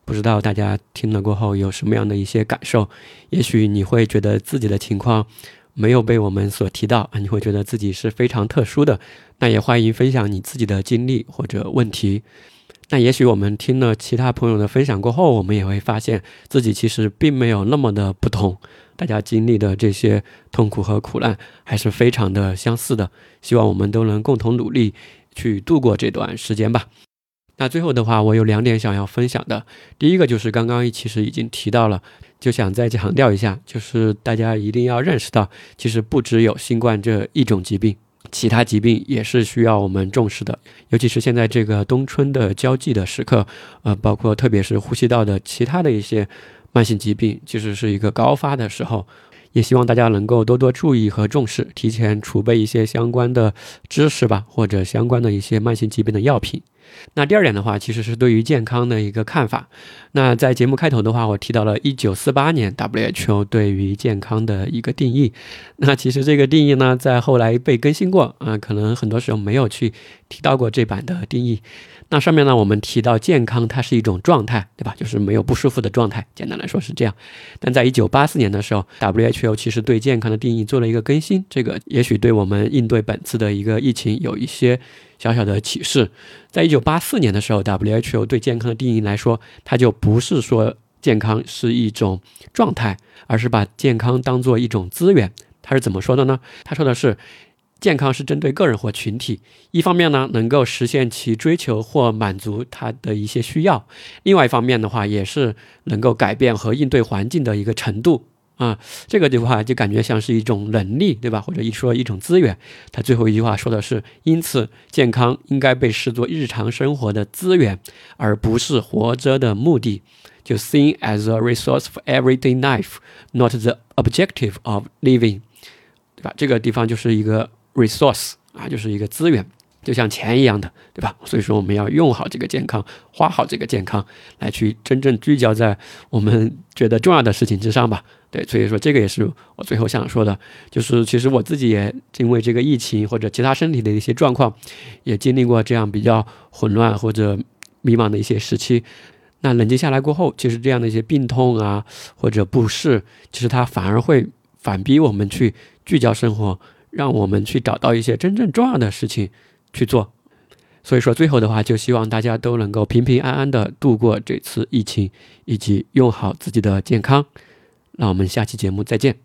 不知道大家听了过后有什么样的一些感受？也许你会觉得自己的情况没有被我们所提到，你会觉得自己是非常特殊的，那也欢迎分享你自己的经历或者问题。那也许我们听了其他朋友的分享过后，我们也会发现自己其实并没有那么的不同，大家经历的这些痛苦和苦难还是非常的相似的，希望我们都能共同努力去度过这段时间吧。那最后的话，我有两点想要分享的。第一个就是刚刚其实已经提到了，就想再强调一下，就是大家一定要认识到，其实不只有新冠这一种疾病，其他疾病也是需要我们重视的。尤其是现在这个冬春的交际的时刻，呃，包括特别是呼吸道的其他的一些慢性疾病，其实是一个高发的时候。也希望大家能够多多注意和重视，提前储备一些相关的知识吧，或者相关的一些慢性疾病的药品。那第二点的话，其实是对于健康的一个看法。那在节目开头的话，我提到了一九四八年 W H O 对于健康的一个定义。那其实这个定义呢，在后来被更新过啊、呃，可能很多时候没有去提到过这版的定义。那上面呢，我们提到健康它是一种状态，对吧？就是没有不舒服的状态，简单来说是这样。但在一九八四年的时候 W H O 其实对健康的定义做了一个更新，这个也许对我们应对本次的一个疫情有一些小小的启示。在一九八四年的时候 W H O 对健康的定义来说，它就不是说健康是一种状态，而是把健康当作一种资源。它是怎么说的呢？他说的是健康是针对个人或群体，一方面呢能够实现其追求或满足他的一些需要，另外一方面的话也是能够改变和应对环境的一个程度啊，这个的话就感觉像是一种能力，对吧？或者一说一种资源。他最后一句话说的是，因此健康应该被视作日常生活的资源，而不是活着的目的。就 seen as a resource for everyday life, not the objective of living， 对吧？这个地方就是一个resource 啊，就是一个资源，就像钱一样的，对吧？所以说我们要用好这个健康，花好这个健康，来去真正聚焦在我们觉得重要的事情之上吧。对，所以说这个也是我最后想说的，就是其实我自己也因为这个疫情或者其他身体的一些状况，也经历过这样比较混乱或者迷茫的一些时期。那冷静下来过后，其实这样的一些病痛啊或者不适，其实它反而会反逼我们去聚焦生活，让我们去找到一些真正重要的事情去做。所以说最后的话，就希望大家都能够平平安安的度过这次疫情，以及用好自己的健康。那我们下期节目再见。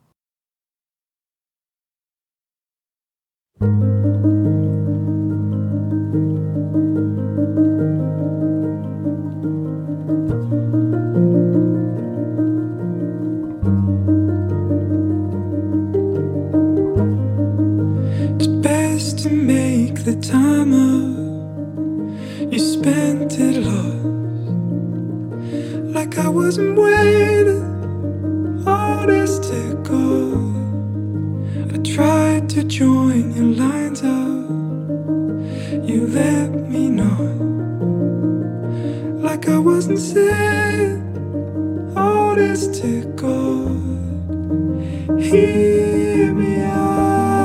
To make the time up, you spent it lost, like I wasn't waiting all this to go. I tried to join your lines up, you let me know, like I wasn't saying all this to go. Hear me out.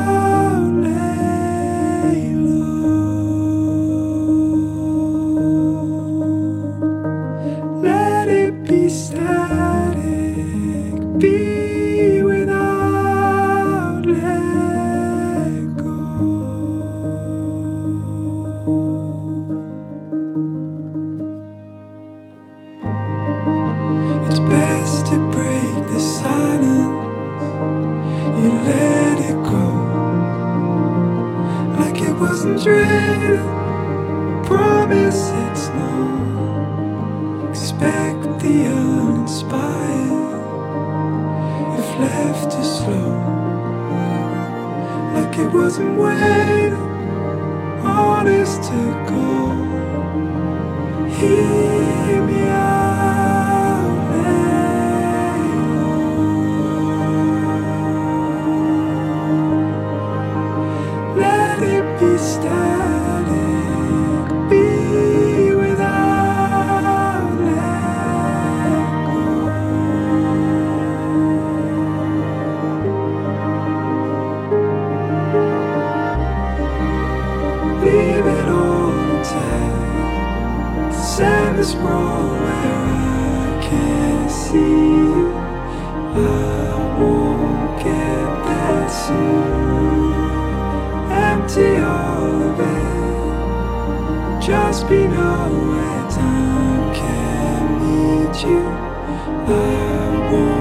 Promise it's not. Expect the uninspired. If left too slow, like it wasn't waiting all this to go. Hear me out, lay low. Let it be static. Leave it all intact. The sand is wrong where I can't see you, I won't get there soon. Empty all of it, just be nowhere. Time can't meet you, I won't